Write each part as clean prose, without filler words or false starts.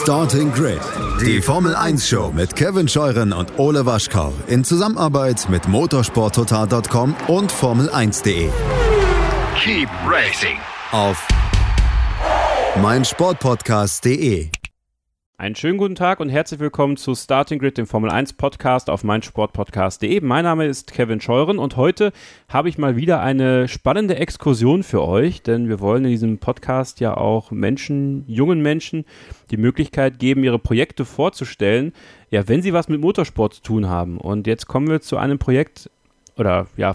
Starting Grid, die Formel 1 Show mit Kevin Scheuren und Ole Waschkau in Zusammenarbeit mit motorsporttotal.com und Formel1.de. Keep racing Auf meinsportpodcast.de. Einen schönen guten Tag und herzlich willkommen zu Starting Grid, dem Formel 1 Podcast auf meinsportpodcast.de. Mein Name ist Kevin Scheuren und heute habe ich mal wieder eine spannende Exkursion für euch, denn wir wollen in diesem Podcast ja auch jungen Menschen, die Möglichkeit geben, ihre Projekte vorzustellen, ja, wenn sie was mit Motorsport zu tun haben. Und jetzt kommen wir zu einem Projekt oder ja,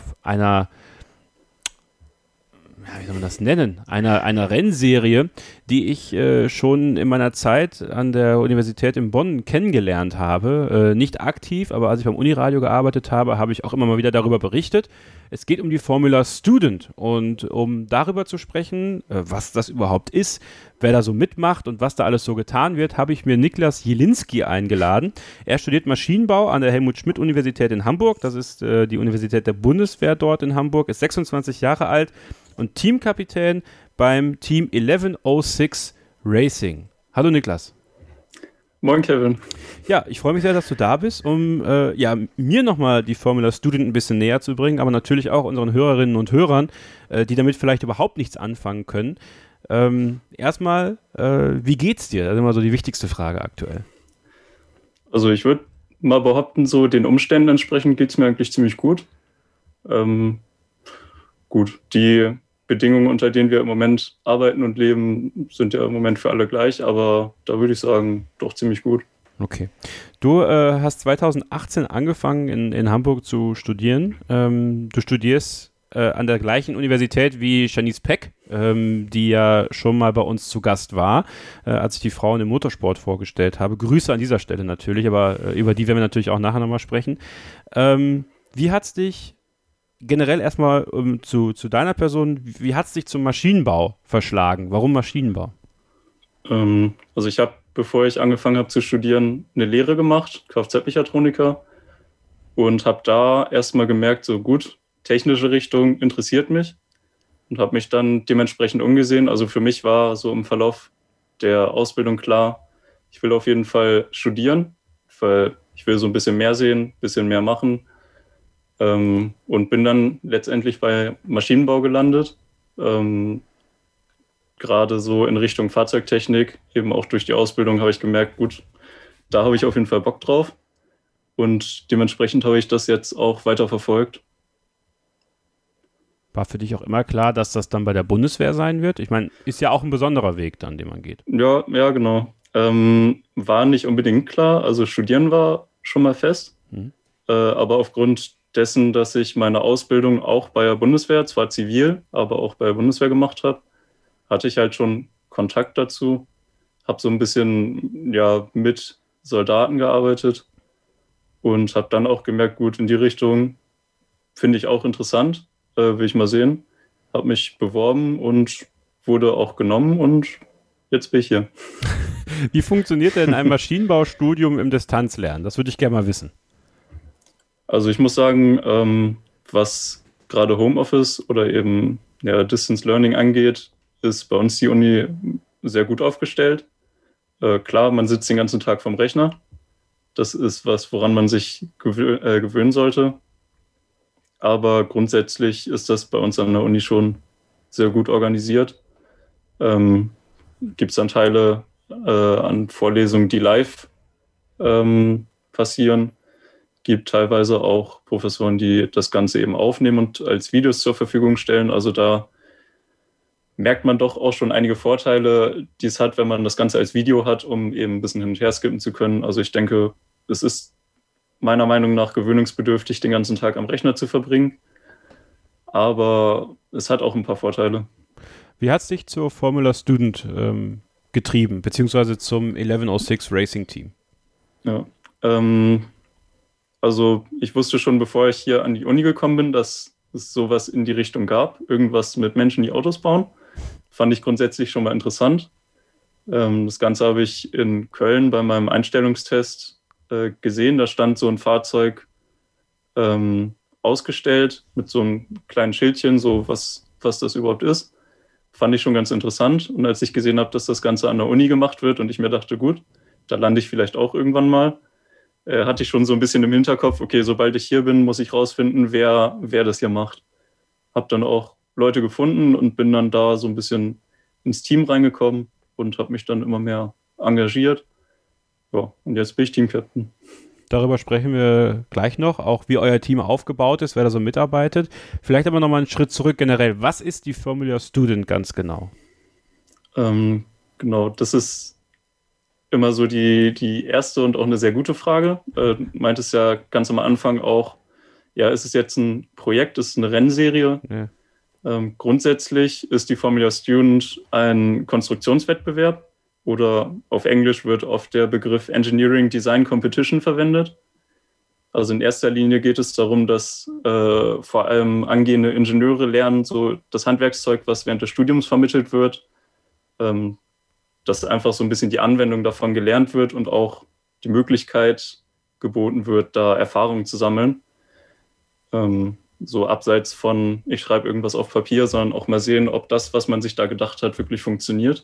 wie soll man das nennen? Einer Rennserie, die ich schon in meiner Zeit an der Universität in Bonn kennengelernt habe. Nicht aktiv, aber als ich beim Uniradio gearbeitet habe, habe ich auch immer mal wieder darüber berichtet. Es geht um die Formula Student und um darüber zu sprechen, was das überhaupt ist, wer da so mitmacht und was da alles so getan wird, habe ich mir Niklas Jelinski eingeladen. Er studiert Maschinenbau an der Helmut-Schmidt-Universität in Hamburg. Das ist die Universität der Bundeswehr dort in Hamburg, ist 26 Jahre alt und Teamkapitän beim Team 1106 Racing. Hallo Niklas. Moin Kevin. Ja, ich freue mich sehr, dass du da bist, um mir nochmal die Formula Student ein bisschen näher zu bringen, aber natürlich auch unseren Hörerinnen und Hörern, die damit vielleicht überhaupt nichts anfangen können. Erstmal, wie geht's dir? Das ist immer so die wichtigste Frage aktuell. Also ich würde mal behaupten, so den Umständen entsprechend geht es mir eigentlich ziemlich gut. Gut, die Bedingungen, unter denen wir im Moment arbeiten und leben, sind ja im Moment für alle gleich, aber da würde ich sagen, doch ziemlich gut. Okay. Du hast 2018 angefangen in Hamburg zu studieren. Du studierst an der gleichen Universität wie Shanice Peck, die ja schon mal bei uns zu Gast war, als ich die Frauen im Motorsport vorgestellt habe. Grüße an dieser Stelle natürlich, aber über die werden wir natürlich auch nachher nochmal sprechen. Wie hat es dich generell erstmal zu deiner Person, wie hat es dich zum Maschinenbau verschlagen? Warum Maschinenbau? Also ich habe, bevor ich angefangen habe zu studieren, eine Lehre gemacht, Kfz-Mechatroniker, und habe da erstmal gemerkt, so gut, technische Richtung interessiert mich und habe mich dann dementsprechend umgesehen. Also für mich war so im Verlauf der Ausbildung klar, ich will auf jeden Fall studieren, weil ich will so ein bisschen mehr sehen, ein bisschen mehr machen. Und bin dann letztendlich bei Maschinenbau gelandet, gerade so in Richtung Fahrzeugtechnik, eben auch durch die Ausbildung habe ich gemerkt, gut, da habe ich auf jeden Fall Bock drauf und dementsprechend habe ich das jetzt auch weiter verfolgt. War für dich auch immer klar, dass das dann bei der Bundeswehr sein wird? Ich meine, ist ja auch ein besonderer Weg dann, den man geht. Ja, genau. War nicht unbedingt klar, also studieren war schon mal fest, aber aufgrund dessen, dass ich meine Ausbildung auch bei der Bundeswehr, zwar zivil, aber auch bei der Bundeswehr gemacht habe, hatte ich halt schon Kontakt dazu, habe so ein bisschen mit Soldaten gearbeitet und habe dann auch gemerkt, gut, in die Richtung finde ich auch interessant, will ich mal sehen, habe mich beworben und wurde auch genommen und jetzt bin ich hier. Wie funktioniert denn ein Maschinenbaustudium im Distanzlernen? Das würde ich gerne mal wissen. Also ich muss sagen, was gerade Homeoffice oder eben Distance Learning angeht, ist bei uns die Uni sehr gut aufgestellt. Klar, man sitzt den ganzen Tag vorm Rechner. Das ist was, woran man sich gewöhnen sollte. Aber grundsätzlich ist das bei uns an der Uni schon sehr gut organisiert. Gibt es dann Teile an Vorlesungen, die live passieren. Gibt teilweise auch Professoren, die das Ganze eben aufnehmen und als Videos zur Verfügung stellen. Also da merkt man doch auch schon einige Vorteile, die es hat, wenn man das Ganze als Video hat, um eben ein bisschen hin und her skippen zu können. Also ich denke, es ist meiner Meinung nach gewöhnungsbedürftig, den ganzen Tag am Rechner zu verbringen. Aber es hat auch ein paar Vorteile. Wie hat es dich zur Formula Student getrieben, beziehungsweise zum 1106 Racing Team? Ja, also ich wusste schon, bevor ich hier an die Uni gekommen bin, dass es sowas in die Richtung gab. Irgendwas mit Menschen, die Autos bauen. Fand ich grundsätzlich schon mal interessant. Das Ganze habe ich in Köln bei meinem Einstellungstest gesehen. Da stand so ein Fahrzeug ausgestellt mit so einem kleinen Schildchen, so was das überhaupt ist. Fand ich schon ganz interessant. Und als ich gesehen habe, dass das Ganze an der Uni gemacht wird und ich mir dachte, gut, da lande ich vielleicht auch irgendwann mal. Hatte ich schon so ein bisschen im Hinterkopf, okay, sobald ich hier bin, muss ich rausfinden, wer das hier macht. Habe dann auch Leute gefunden und bin dann da so ein bisschen ins Team reingekommen und habe mich dann immer mehr engagiert. Ja, und jetzt bin ich Team-Captain. Darüber sprechen wir gleich noch, auch wie euer Team aufgebaut ist, wer da so mitarbeitet. Vielleicht aber nochmal einen Schritt zurück generell. Was ist die Formula Student ganz genau? Genau, das ist immer so die erste und auch eine sehr gute Frage. Meintest ja ganz am Anfang auch, ja, ist es jetzt ein Projekt, ist es eine Rennserie? Ja. Grundsätzlich ist die Formula Student ein Konstruktionswettbewerb oder auf Englisch wird oft der Begriff Engineering Design Competition verwendet. Also in erster Linie geht es darum, dass vor allem angehende Ingenieure lernen, so das Handwerkszeug, was während des Studiums vermittelt wird, dass einfach so ein bisschen die Anwendung davon gelernt wird und auch die Möglichkeit geboten wird, da Erfahrungen zu sammeln. So abseits von, ich schreibe irgendwas auf Papier, sondern auch mal sehen, ob das, was man sich da gedacht hat, wirklich funktioniert.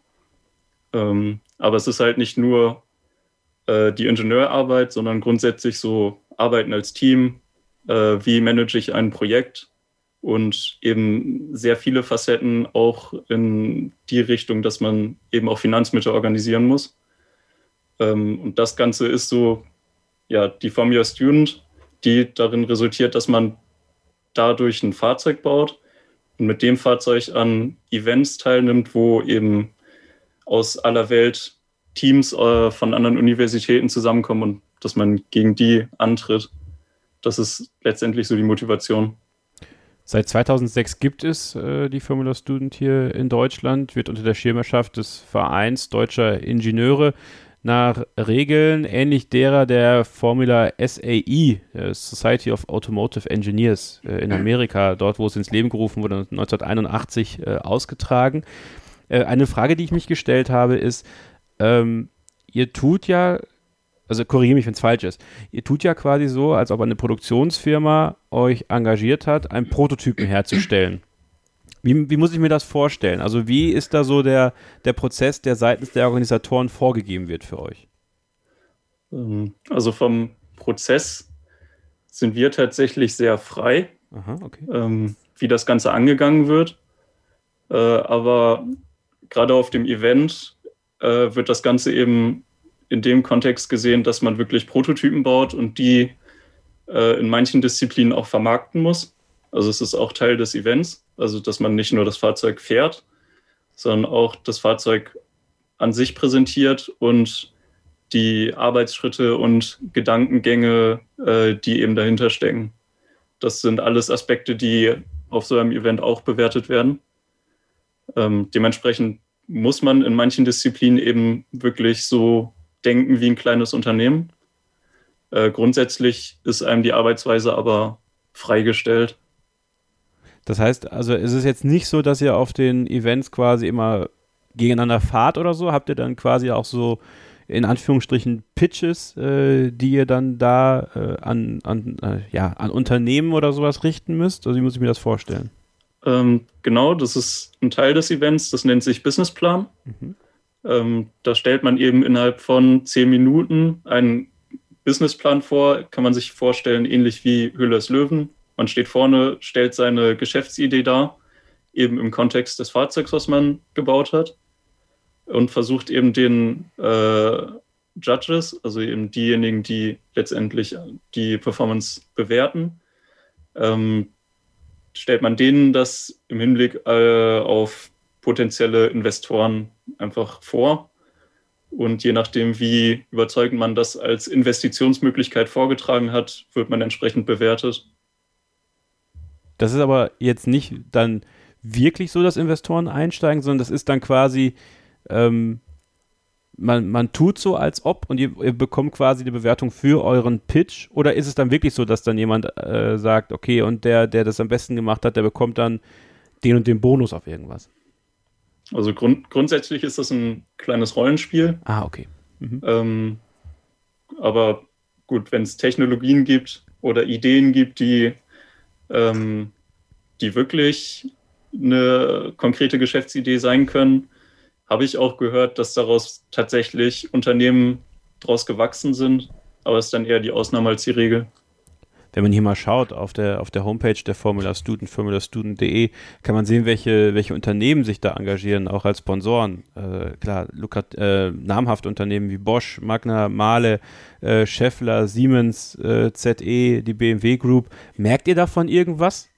Aber es ist halt nicht nur die Ingenieurarbeit, sondern grundsätzlich so Arbeiten als Team, wie manage ich ein Projekt und eben sehr viele Facetten auch in die Richtung, dass man eben auch Finanzmittel organisieren muss. Und das Ganze ist so, ja, die Formula Student, die darin resultiert, dass man dadurch ein Fahrzeug baut und mit dem Fahrzeug an Events teilnimmt, wo eben aus aller Welt Teams von anderen Universitäten zusammenkommen und dass man gegen die antritt. Das ist letztendlich so die Motivation. Seit 2006 gibt es die Formula Student hier in Deutschland, wird unter der Schirmherrschaft des Vereins Deutscher Ingenieure nach Regeln ähnlich derer der Formula SAE, Society of Automotive Engineers in Amerika, dort wo es ins Leben gerufen wurde, 1981 ausgetragen. Eine Frage, die ich mich gestellt habe, ist, ihr tut ja, also korrigiere mich, wenn es falsch ist, ihr tut ja quasi so, als ob eine Produktionsfirma euch engagiert hat, einen Prototypen herzustellen. Wie muss ich mir das vorstellen? Also wie ist da so der Prozess, der seitens der Organisatoren vorgegeben wird für euch? Also vom Prozess sind wir tatsächlich sehr frei, wie das Ganze angegangen wird. Aber gerade auf dem Event wird das Ganze eben in dem Kontext gesehen, dass man wirklich Prototypen baut und die in manchen Disziplinen auch vermarkten muss. Also es ist auch Teil des Events, also dass man nicht nur das Fahrzeug fährt, sondern auch das Fahrzeug an sich präsentiert und die Arbeitsschritte und Gedankengänge, die eben dahinter stecken. Das sind alles Aspekte, die auf so einem Event auch bewertet werden. Dementsprechend muss man in manchen Disziplinen eben wirklich so denken wie ein kleines Unternehmen. Grundsätzlich ist einem die Arbeitsweise aber freigestellt. Das heißt, also ist es jetzt nicht so, dass ihr auf den Events quasi immer gegeneinander fahrt oder so? Habt ihr dann quasi auch so in Anführungsstrichen Pitches, die ihr dann da an Unternehmen oder sowas richten müsst? Also wie muss ich mir das vorstellen? Genau, das ist ein Teil des Events, das nennt sich Businessplan. Da stellt man eben innerhalb von 10 Minuten einen Businessplan vor, kann man sich vorstellen, ähnlich wie Höhle des Löwen. Man steht vorne, stellt seine Geschäftsidee dar, eben im Kontext des Fahrzeugs, was man gebaut hat, und versucht eben den Judges, also eben diejenigen, die letztendlich die Performance bewerten, stellt man denen das im Hinblick auf potenzielle Investoren einfach vor. Und je nachdem, wie überzeugend man das als Investitionsmöglichkeit vorgetragen hat, wird man entsprechend bewertet. Das ist aber jetzt nicht dann wirklich so, dass Investoren einsteigen, sondern das ist dann quasi, man tut so, als ob, und ihr bekommt quasi die Bewertung für euren Pitch, oder ist es dann wirklich so, dass dann jemand sagt, okay, und der das am besten gemacht hat, der bekommt dann den und den Bonus auf irgendwas? Also grundsätzlich ist das ein kleines Rollenspiel. Ah, okay. Aber gut, wenn es Technologien gibt oder Ideen gibt, die wirklich eine konkrete Geschäftsidee sein können, habe ich auch gehört, dass daraus tatsächlich Unternehmen draus gewachsen sind, aber es ist dann eher die Ausnahme als die Regel. Wenn man hier mal schaut auf der Homepage der Formula Student, formulastudent.de, kann man sehen, welche Unternehmen sich da engagieren, auch als Sponsoren. Klar, namhafte Unternehmen wie Bosch, Magna, Mahle, Schaeffler, Siemens, ZE, die BMW Group. Merkt ihr davon irgendwas?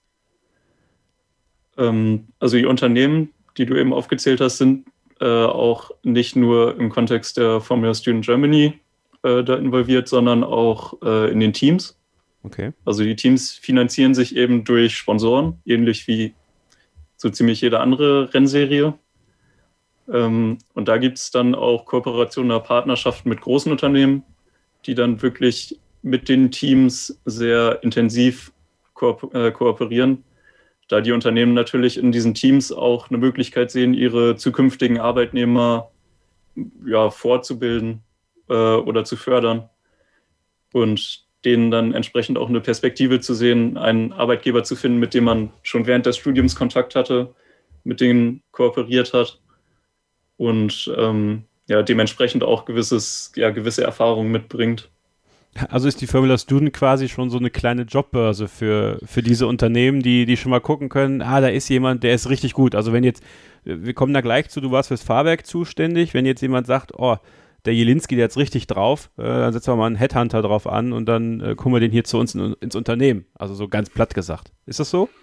Also die Unternehmen, die du eben aufgezählt hast, sind auch nicht nur im Kontext der Formula Student Germany da involviert, sondern auch in den Teams. Okay. Also die Teams finanzieren sich eben durch Sponsoren, ähnlich wie so ziemlich jede andere Rennserie. Und da gibt es dann auch Kooperationen oder Partnerschaften mit großen Unternehmen, die dann wirklich mit den Teams sehr intensiv kooperieren, da die Unternehmen natürlich in diesen Teams auch eine Möglichkeit sehen, ihre zukünftigen Arbeitnehmer fortzubilden oder zu fördern und denen dann entsprechend auch eine Perspektive zu sehen, einen Arbeitgeber zu finden, mit dem man schon während des Studiums Kontakt hatte, mit denen kooperiert hat und dementsprechend auch gewisse Erfahrungen mitbringt. Also ist die Formula Student quasi schon so eine kleine Jobbörse für diese Unternehmen, die schon mal gucken können, da ist jemand, der ist richtig gut. Also wenn jetzt, wir kommen da gleich zu, du warst fürs Fahrwerk zuständig, wenn jetzt jemand sagt, der Jelinski, der hat's richtig drauf, dann setzen wir mal einen Headhunter drauf an und dann kommen wir den hier zu uns ins Unternehmen. Also so ganz platt gesagt. Ist das so?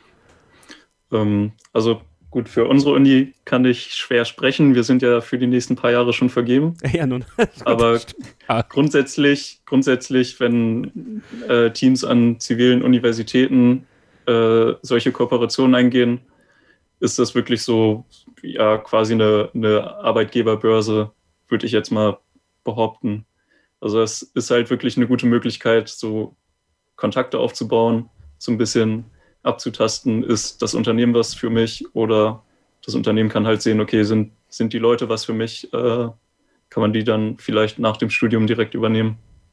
Also gut, für unsere Uni kann ich schwer sprechen. Wir sind ja für die nächsten paar Jahre schon vergeben. Ja, nun. Aber grundsätzlich, wenn Teams an zivilen Universitäten solche Kooperationen eingehen, ist das wirklich so quasi eine Arbeitgeberbörse, würde ich jetzt mal behaupten. Also es ist halt wirklich eine gute Möglichkeit, so Kontakte aufzubauen, so ein bisschen abzutasten, ist das Unternehmen was für mich oder das Unternehmen kann halt sehen, okay, sind die Leute was für mich, kann man die dann vielleicht nach dem Studium direkt übernehmen.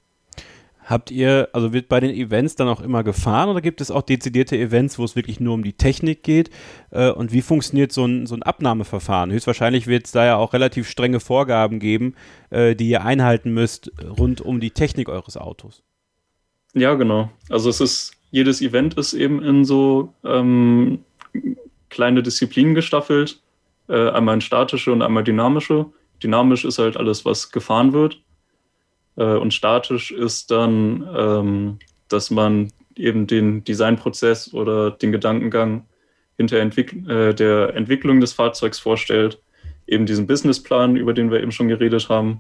Wird bei den Events dann auch immer gefahren oder gibt es auch dezidierte Events, wo es wirklich nur um die Technik geht? Und wie funktioniert so ein Abnahmeverfahren? Höchstwahrscheinlich wird es da ja auch relativ strenge Vorgaben geben, die ihr einhalten müsst rund um die Technik eures Autos. Ja, genau. Also jedes Event ist eben in so kleine Disziplinen gestaffelt. Einmal in statische und einmal dynamische. Dynamisch ist halt alles, was gefahren wird. Und statisch ist dann, dass man eben den Designprozess oder den Gedankengang hinter der Entwicklung des Fahrzeugs vorstellt. Eben diesen Businessplan, über den wir eben schon geredet haben.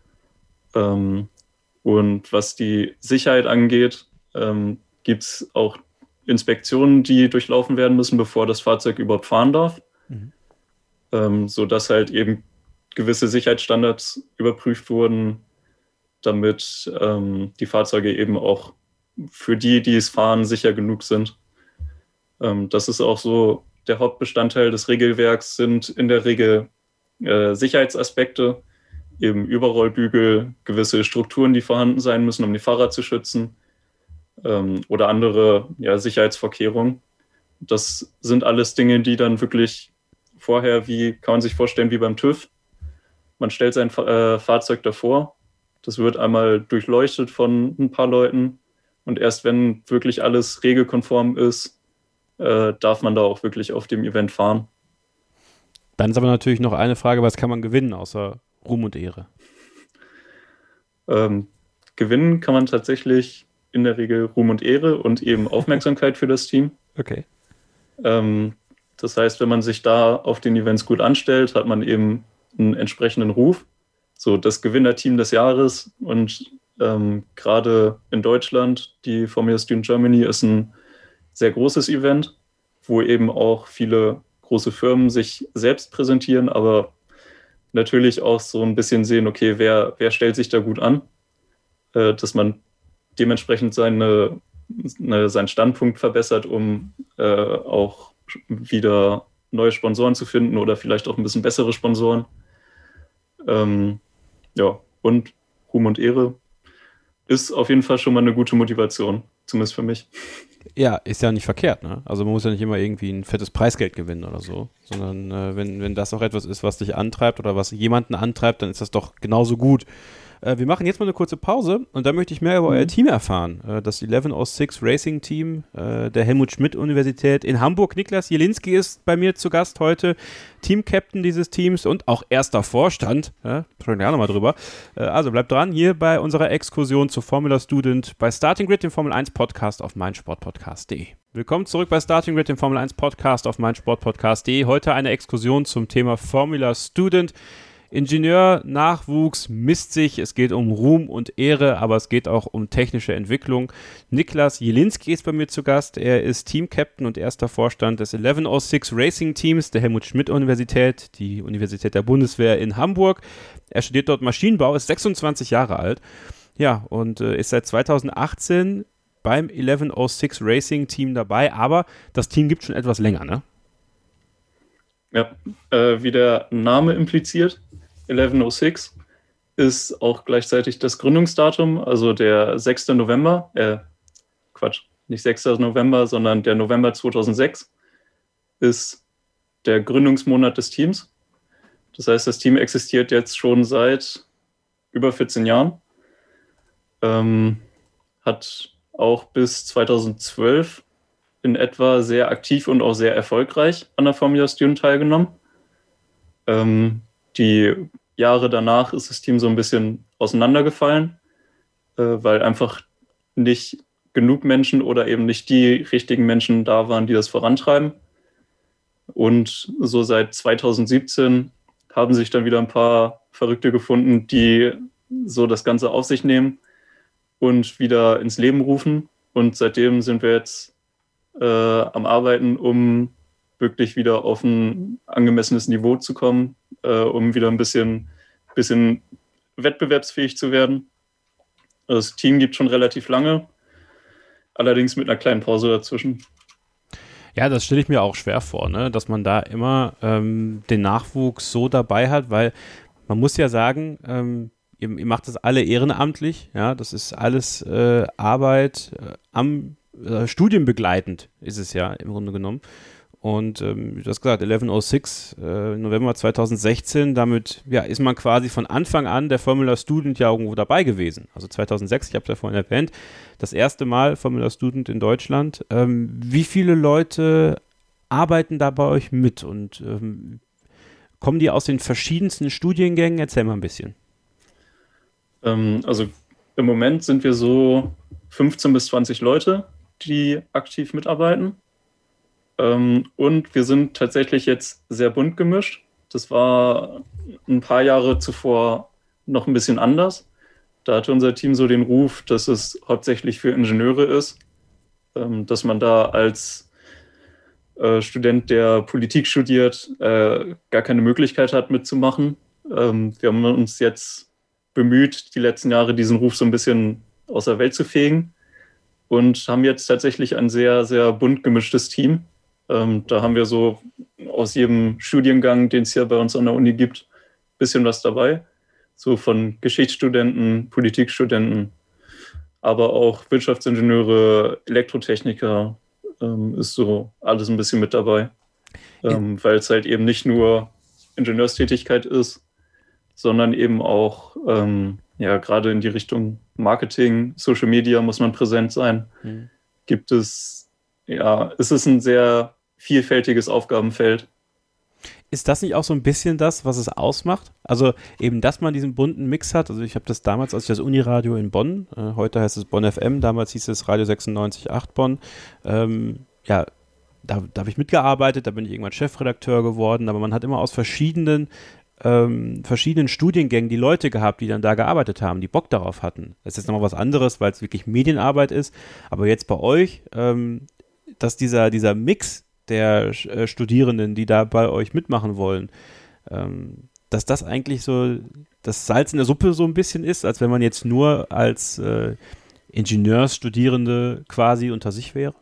Und was die Sicherheit angeht, gibt es auch Inspektionen, die durchlaufen werden müssen, bevor das Fahrzeug überhaupt fahren darf. Sodass halt eben gewisse Sicherheitsstandards überprüft wurden, damit die Fahrzeuge eben auch für die es fahren, sicher genug sind. Das ist auch so der Hauptbestandteil des Regelwerks, sind in der Regel Sicherheitsaspekte, eben Überrollbügel, gewisse Strukturen, die vorhanden sein müssen, um die Fahrer zu schützen oder andere Sicherheitsvorkehrungen. Das sind alles Dinge, die dann wirklich vorher, kann man sich vorstellen, wie beim TÜV. Man stellt sein Fahrzeug davor. Das wird einmal durchleuchtet von ein paar Leuten und erst wenn wirklich alles regelkonform ist, darf man da auch wirklich auf dem Event fahren. Dann ist aber natürlich noch eine Frage, was kann man gewinnen außer Ruhm und Ehre? Gewinnen kann man tatsächlich in der Regel Ruhm und Ehre und eben Aufmerksamkeit für das Team. Okay. Das heißt, wenn man sich da auf den Events gut anstellt, hat man eben einen entsprechenden Ruf. So das Gewinnerteam des Jahres und gerade in Deutschland, die Formula Student Germany ist ein sehr großes Event, wo eben auch viele große Firmen sich selbst präsentieren, aber natürlich auch so ein bisschen sehen, okay, wer stellt sich da gut an, dass man dementsprechend seinen Standpunkt verbessert, um auch wieder neue Sponsoren zu finden oder vielleicht auch ein bisschen bessere Sponsoren. Und Ruhm und Ehre ist auf jeden Fall schon mal eine gute Motivation, zumindest für mich. Ja, ist ja nicht verkehrt, ne? Also man muss ja nicht immer irgendwie ein fettes Preisgeld gewinnen oder so, sondern wenn das auch etwas ist, was dich antreibt oder was jemanden antreibt, dann ist das doch genauso gut. Wir machen jetzt mal eine kurze Pause und dann möchte ich mehr über euer Team erfahren. Das 1106 Racing Team der Helmut-Schmidt-Universität in Hamburg. Niklas Jelinski ist bei mir zu Gast heute, Team-Captain dieses Teams und auch erster Vorstand. Sprechen wir auch nochmal drüber. Also bleibt dran, hier bei unserer Exkursion zu Formula Student bei Starting Grid, dem Formel 1 Podcast auf meinsportpodcast.de. Willkommen zurück bei Starting Grid, dem Formel 1 Podcast auf meinsportpodcast.de. Heute eine Exkursion zum Thema Formula Student. Ingenieur, Nachwuchs, misst sich, es geht um Ruhm und Ehre, aber es geht auch um technische Entwicklung. Niklas Jelinski ist bei mir zu Gast, er ist Team-Captain und erster Vorstand des 1106 Racing Teams der Helmut-Schmidt-Universität, die Universität der Bundeswehr in Hamburg. Er studiert dort Maschinenbau, ist 26 Jahre alt, ja, und ist seit 2018 beim 1106 Racing Team dabei, aber das Team gibt schon etwas länger, ne? Ja, wie der Name impliziert, 1106 ist auch gleichzeitig das Gründungsdatum, also der 6. November, nicht 6. November, sondern der November 2006 ist der Gründungsmonat des Teams. Das heißt, das Team existiert jetzt schon seit über 14 Jahren, hat auch bis 2012 in etwa sehr aktiv und auch sehr erfolgreich an der Formula Student teilgenommen. Die Jahre danach ist das Team so ein bisschen auseinandergefallen, weil einfach nicht genug Menschen oder eben nicht die richtigen Menschen da waren, die das vorantreiben. Und so seit 2017 haben sich dann wieder ein paar Verrückte gefunden, die so das Ganze auf sich nehmen und wieder ins Leben rufen. Und seitdem sind wir jetzt am Arbeiten, um wirklich wieder auf ein angemessenes Niveau zu kommen, um wieder ein bisschen wettbewerbsfähig zu werden. Das Team gibt schon relativ lange, allerdings mit einer kleinen Pause dazwischen. Ja, das stelle ich mir auch schwer vor, ne? Dass man da immer den Nachwuchs so dabei hat, weil man muss ja sagen, ihr macht das alle ehrenamtlich, ja, das ist alles Arbeit am studienbegleitend ist es ja im Grunde genommen. Und du hast gesagt, 1106, November 2016, damit ja, ist man quasi von Anfang an der Formula Student ja irgendwo dabei gewesen. Also 2006, ich habe es ja vorhin erwähnt, das erste Mal Formula Student in Deutschland. Wie viele Leute arbeiten da bei euch mit und kommen die aus den verschiedensten Studiengängen? Erzähl mal ein bisschen. Also im Moment sind wir so 15 bis 20 Leute, die aktiv mitarbeiten. Und wir sind tatsächlich jetzt sehr bunt gemischt. Das war ein paar Jahre zuvor noch ein bisschen anders. Da hatte unser Team so den Ruf, dass es hauptsächlich für Ingenieure ist, dass man da als Student, der Politik studiert, gar keine Möglichkeit hat mitzumachen. Wir haben uns jetzt bemüht, die letzten Jahre diesen Ruf so ein bisschen aus der Welt zu fegen. Und haben jetzt tatsächlich ein sehr, sehr bunt gemischtes Team. Da haben wir so aus jedem Studiengang, den es hier bei uns an der Uni gibt, ein bisschen was dabei. So von Geschichtsstudenten, Politikstudenten, aber auch Wirtschaftsingenieure, Elektrotechniker, ist so alles ein bisschen mit dabei. Weil es halt eben nicht nur Ingenieurstätigkeit ist, sondern eben auch gerade in die Richtung Marketing, Social Media muss man präsent sein. Es ist ein sehr vielfältiges Aufgabenfeld. Ist das nicht auch so ein bisschen das, was es ausmacht? Also eben, dass man diesen bunten Mix hat. Also ich habe das damals, als ich das Uniradio in Bonn, heute heißt es Bonn FM, damals hieß es Radio 96.8 Bonn, da habe ich mitgearbeitet, da bin ich irgendwann Chefredakteur geworden, aber man hat immer aus verschiedenen Studiengängen die Leute gehabt, die dann da gearbeitet haben, die Bock darauf hatten. Das ist jetzt nochmal was anderes, weil es wirklich Medienarbeit ist, aber jetzt bei euch, dass dieser Mix der Studierenden, die da bei euch mitmachen wollen, dass das eigentlich so das Salz in der Suppe so ein bisschen ist, als wenn man jetzt nur als Ingenieursstudierende quasi unter sich wäre?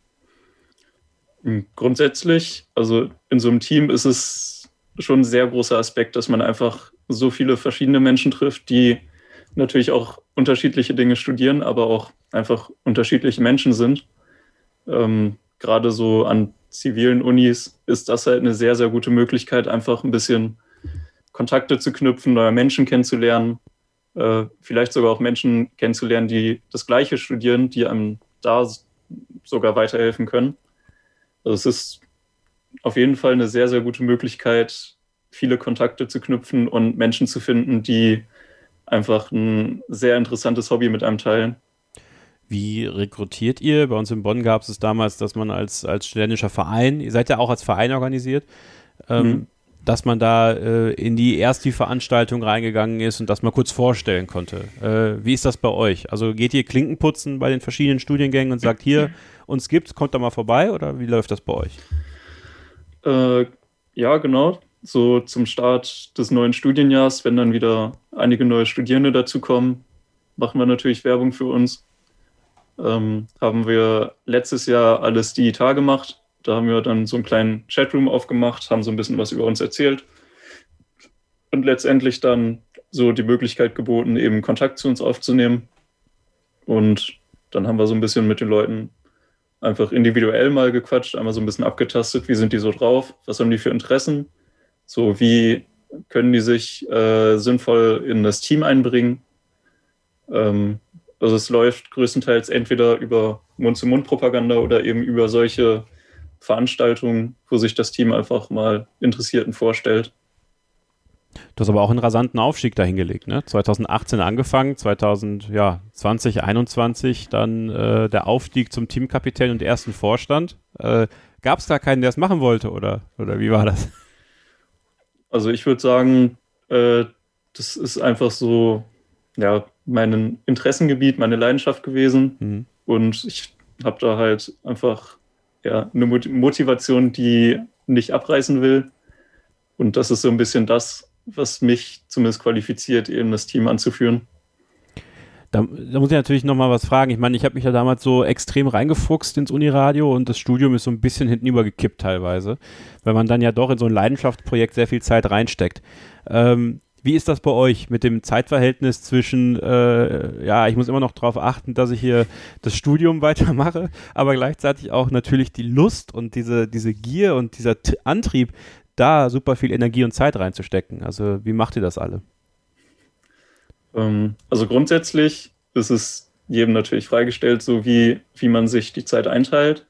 Grundsätzlich, also in so einem Team ist es schon ein sehr großer Aspekt, dass man einfach so viele verschiedene Menschen trifft, die natürlich auch unterschiedliche Dinge studieren, aber auch einfach unterschiedliche Menschen sind. Gerade so an zivilen Unis ist das halt eine sehr, sehr gute Möglichkeit, einfach ein bisschen Kontakte zu knüpfen, neue Menschen kennenzulernen, vielleicht sogar auch Menschen kennenzulernen, die das Gleiche studieren, die einem da sogar weiterhelfen können. Also es ist auf jeden Fall eine sehr, sehr gute Möglichkeit, viele Kontakte zu knüpfen und Menschen zu finden, die einfach ein sehr interessantes Hobby mit einem teilen. Wie rekrutiert ihr? Bei uns in Bonn gab es damals, dass man als studentischer Verein, ihr seid ja auch als Verein organisiert, dass man da in die Veranstaltung reingegangen ist und das mal kurz vorstellen konnte. Wie ist das bei euch? Also geht ihr Klinken putzen bei den verschiedenen Studiengängen und sagt, hier, uns gibt's, kommt da mal vorbei, oder wie läuft das bei euch? Ja, genau. So zum Start des neuen Studienjahrs, wenn dann wieder einige neue Studierende dazukommen, machen wir natürlich Werbung für uns. Haben wir letztes Jahr alles digital gemacht. Da haben wir dann so einen kleinen Chatroom aufgemacht, haben so ein bisschen was über uns erzählt und letztendlich dann so die Möglichkeit geboten, eben Kontakt zu uns aufzunehmen. Und dann haben wir so ein bisschen mit den Leuten einfach individuell mal gequatscht, einmal so ein bisschen abgetastet, wie sind die so drauf, was haben die für Interessen, so wie können die sich sinnvoll in das Team einbringen. Also es läuft größtenteils entweder über Mund-zu-Mund-Propaganda oder eben über solche Veranstaltungen, wo sich das Team einfach mal Interessierten vorstellt. Du hast aber auch einen rasanten Aufstieg dahingelegt, ne? 2018 angefangen, 2020, 2021 dann der Aufstieg zum Teamkapitän und ersten Vorstand. Gab es da keinen, der es machen wollte, oder wie war das? Also ich würde sagen, das ist einfach so, ja, mein Interessengebiet, meine Leidenschaft gewesen. Und ich habe da halt einfach eine Motivation, die nicht abreißen will. Und das ist so ein bisschen das, was mich zumindest qualifiziert, eben das Team anzuführen. Da muss ich natürlich nochmal was fragen. Ich meine, ich habe mich ja damals so extrem reingefuchst ins Uniradio und das Studium ist so ein bisschen hintenüber gekippt teilweise, weil man dann ja doch in so ein Leidenschaftsprojekt sehr viel Zeit reinsteckt. Wie ist das bei euch mit dem Zeitverhältnis zwischen, ich muss immer noch darauf achten, dass ich hier das Studium weitermache, aber gleichzeitig auch natürlich die Lust und diese Gier und dieser Antrieb, da super viel Energie und Zeit reinzustecken. Also wie macht ihr das alle? Also grundsätzlich ist es jedem natürlich freigestellt, so wie man sich die Zeit einteilt.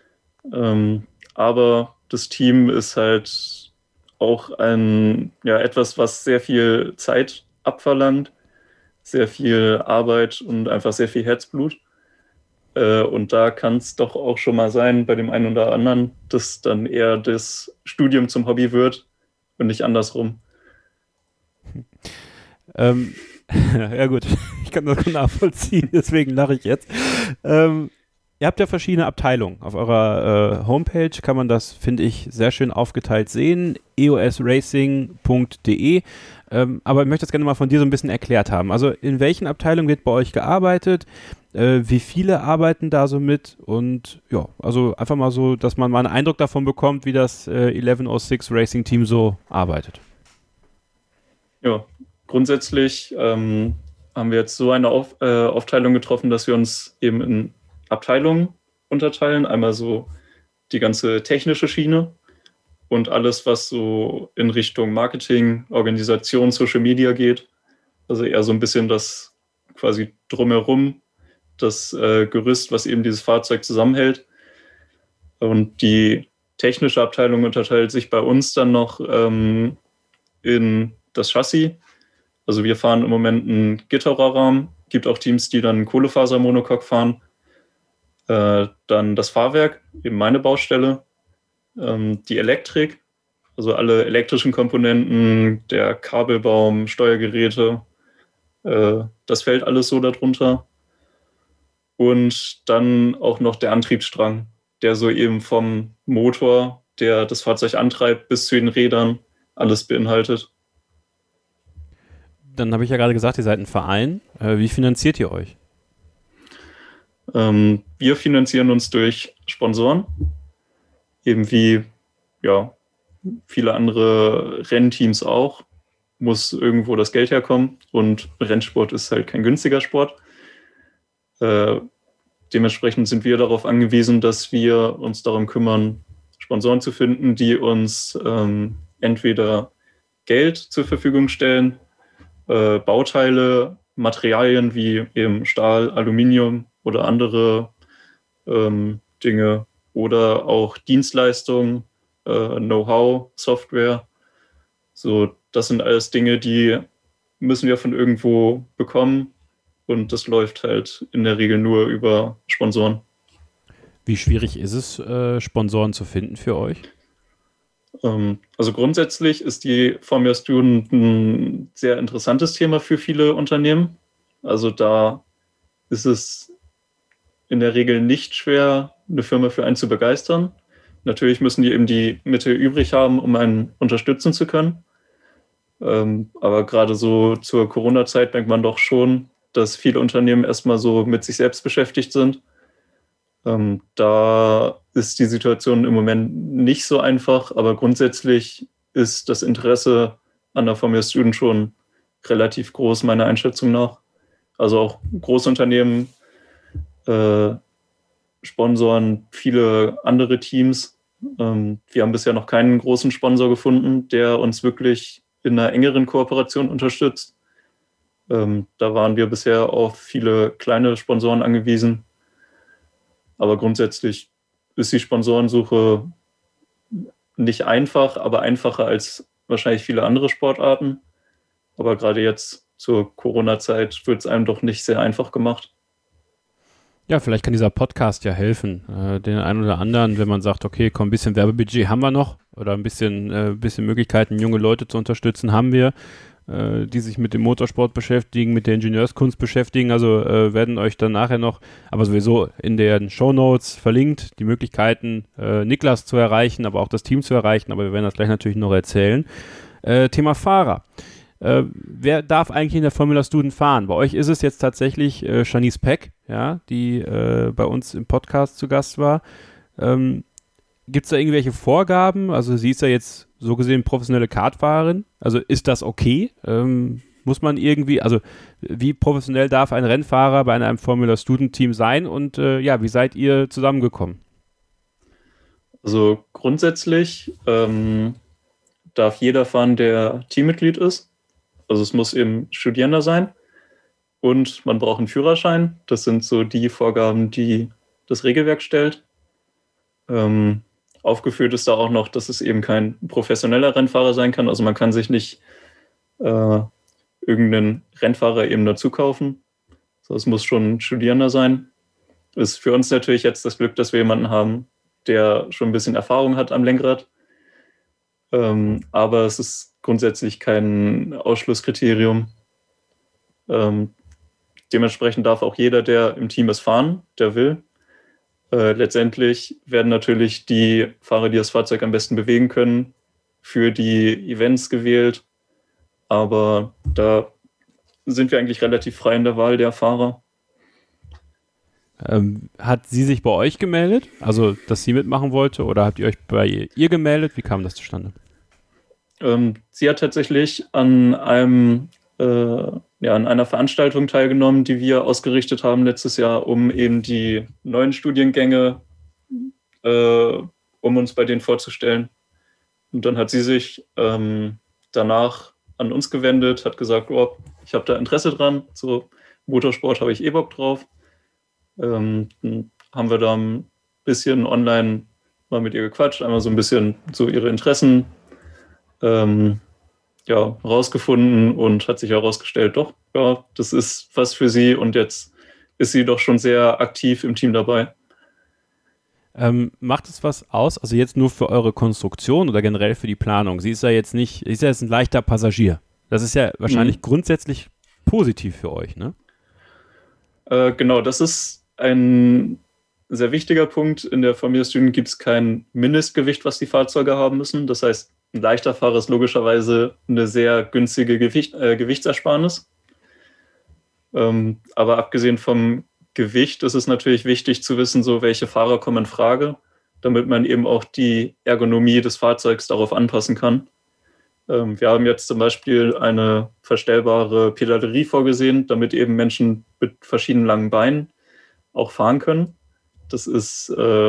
Aber das Team ist halt auch etwas, was sehr viel Zeit abverlangt, sehr viel Arbeit und einfach sehr viel Herzblut. Und da kann es doch auch schon mal sein, bei dem einen oder anderen, dass dann eher das Studium zum Hobby wird und nicht andersrum. Ja gut, ich kann das nachvollziehen, deswegen lache ich jetzt. Ihr habt ja verschiedene Abteilungen. Auf eurer Homepage kann man das, finde ich, sehr schön aufgeteilt sehen, eosracing.de. Aber ich möchte das gerne mal von dir so ein bisschen erklärt haben. Also in welchen Abteilungen wird bei euch gearbeitet? Wie viele arbeiten da so mit? Und ja, also einfach mal so, dass man mal einen Eindruck davon bekommt, wie das 1106 Racing Team so arbeitet. Ja, grundsätzlich haben wir jetzt so eine Aufteilung getroffen, dass wir uns eben in Abteilungen unterteilen. Einmal so die ganze technische Schiene und alles, was so in Richtung Marketing, Organisation, Social Media geht. Also eher so ein bisschen das quasi drumherum, das Gerüst, was eben dieses Fahrzeug zusammenhält. Und die technische Abteilung unterteilt sich bei uns dann noch in das Chassis. Also wir fahren im Moment einen Gitterrohrrahmen. Gibt auch Teams, die dann Kohlefasermonocoque fahren. Dann das Fahrwerk, eben meine Baustelle. Die Elektrik, also alle elektrischen Komponenten, der Kabelbaum, Steuergeräte. Das fällt alles so darunter. Und dann auch noch der Antriebsstrang, der so eben vom Motor, der das Fahrzeug antreibt, bis zu den Rädern alles beinhaltet. Dann habe ich ja gerade gesagt, ihr seid ein Verein. Wie finanziert ihr euch? Wir finanzieren uns durch Sponsoren, eben wie viele andere Rennteams auch, muss irgendwo das Geld herkommen und Rennsport ist halt kein günstiger Sport. dementsprechend sind wir darauf angewiesen, dass wir uns darum kümmern, Sponsoren zu finden, die uns entweder Geld zur Verfügung stellen, Bauteile, Materialien wie eben Stahl, Aluminium oder andere Dinge oder auch Dienstleistungen, Know-how, Software. So, das sind alles Dinge, die müssen wir von irgendwo bekommen und das läuft halt in der Regel nur über Sponsoren. Wie schwierig ist es, Sponsoren zu finden für euch? Also grundsätzlich ist die Formula Student ein sehr interessantes Thema für viele Unternehmen. Also da ist es in der Regel nicht schwer, eine Firma für einen zu begeistern. Natürlich müssen die eben die Mittel übrig haben, um einen unterstützen zu können. Aber gerade so zur Corona-Zeit merkt man doch schon, dass viele Unternehmen erstmal so mit sich selbst beschäftigt sind. Da ist die Situation im Moment nicht so einfach, aber grundsätzlich ist das Interesse an der Formula Student schon relativ groß, meiner Einschätzung nach. Also auch Großunternehmen sponsoren viele andere Teams. Wir haben bisher noch keinen großen Sponsor gefunden, der uns wirklich in einer engeren Kooperation unterstützt. Da waren wir bisher auf viele kleine Sponsoren angewiesen. Aber grundsätzlich ist die Sponsorensuche nicht einfach, aber einfacher als wahrscheinlich viele andere Sportarten. Aber gerade jetzt zur Corona-Zeit wird es einem doch nicht sehr einfach gemacht. Ja, vielleicht kann dieser Podcast ja helfen, den einen oder anderen, wenn man sagt, okay, komm, ein bisschen Werbebudget haben wir noch oder ein bisschen Möglichkeiten, junge Leute zu unterstützen, haben wir, die sich mit dem Motorsport beschäftigen, mit der Ingenieurskunst beschäftigen, also werden euch dann nachher noch, aber sowieso in den Shownotes verlinkt, die Möglichkeiten, Niklas zu erreichen, aber auch das Team zu erreichen, aber wir werden das gleich natürlich noch erzählen. Thema Fahrer. Wer darf eigentlich in der Formula Student fahren? Bei euch ist es jetzt tatsächlich Shanice Peck, ja, die bei uns im Podcast zu Gast war. Gibt es da irgendwelche Vorgaben? Also sie ist ja jetzt so gesehen professionelle Kartfahrerin. Also ist das okay? Muss man irgendwie, also wie professionell darf ein Rennfahrer bei einem Formula Student Team sein? Und ja, wie seid ihr zusammengekommen? Also grundsätzlich darf jeder fahren, der Teammitglied ist. Also es muss eben Studierender sein und man braucht einen Führerschein. Das sind so die Vorgaben, die das Regelwerk stellt. Aufgeführt ist da auch noch, dass es eben kein professioneller Rennfahrer sein kann. Also man kann sich nicht irgendeinen Rennfahrer eben dazu kaufen. Also es muss schon ein Studierender sein. Ist für uns natürlich jetzt das Glück, dass wir jemanden haben, der schon ein bisschen Erfahrung hat am Lenkrad. Aber es ist grundsätzlich kein Ausschlusskriterium. Dementsprechend darf auch jeder, der im Team ist, fahren, der will. Letztendlich werden natürlich die Fahrer, die das Fahrzeug am besten bewegen können, für die Events gewählt. Aber da sind wir eigentlich relativ frei in der Wahl der Fahrer. Hat sie sich bei euch gemeldet? Also, dass sie mitmachen wollte? Oder habt ihr euch bei ihr gemeldet? Wie kam das zustande? Sie hat tatsächlich an einer Veranstaltung teilgenommen, die wir ausgerichtet haben letztes Jahr, um eben die neuen Studiengänge, um uns bei denen vorzustellen. Und dann hat sie sich danach an uns gewendet, hat gesagt, oh, ich habe da Interesse dran, so Motorsport habe ich Bock drauf. Dann haben wir da ein bisschen online mal mit ihr gequatscht, einmal so ein bisschen so ihre Interessen rausgefunden und hat sich herausgestellt, doch, ja, das ist was für sie und jetzt ist sie doch schon sehr aktiv im Team dabei. Macht es was aus, also jetzt nur für eure Konstruktion oder generell für die Planung? Sie ist ja jetzt ein leichter Passagier. Das ist ja wahrscheinlich grundsätzlich positiv für euch, ne? Genau, das ist ein sehr wichtiger Punkt. In der Formula Student gibt es kein Mindestgewicht, was die Fahrzeuge haben müssen. Das heißt, ein leichter Fahrer ist logischerweise eine sehr günstige Gewichtsersparnis. Aber abgesehen vom Gewicht ist es natürlich wichtig zu wissen, so welche Fahrer kommen in Frage, damit man eben auch die Ergonomie des Fahrzeugs darauf anpassen kann. Wir haben jetzt zum Beispiel eine verstellbare Pedalerie vorgesehen, damit eben Menschen mit verschiedenen langen Beinen auch fahren können. Das ist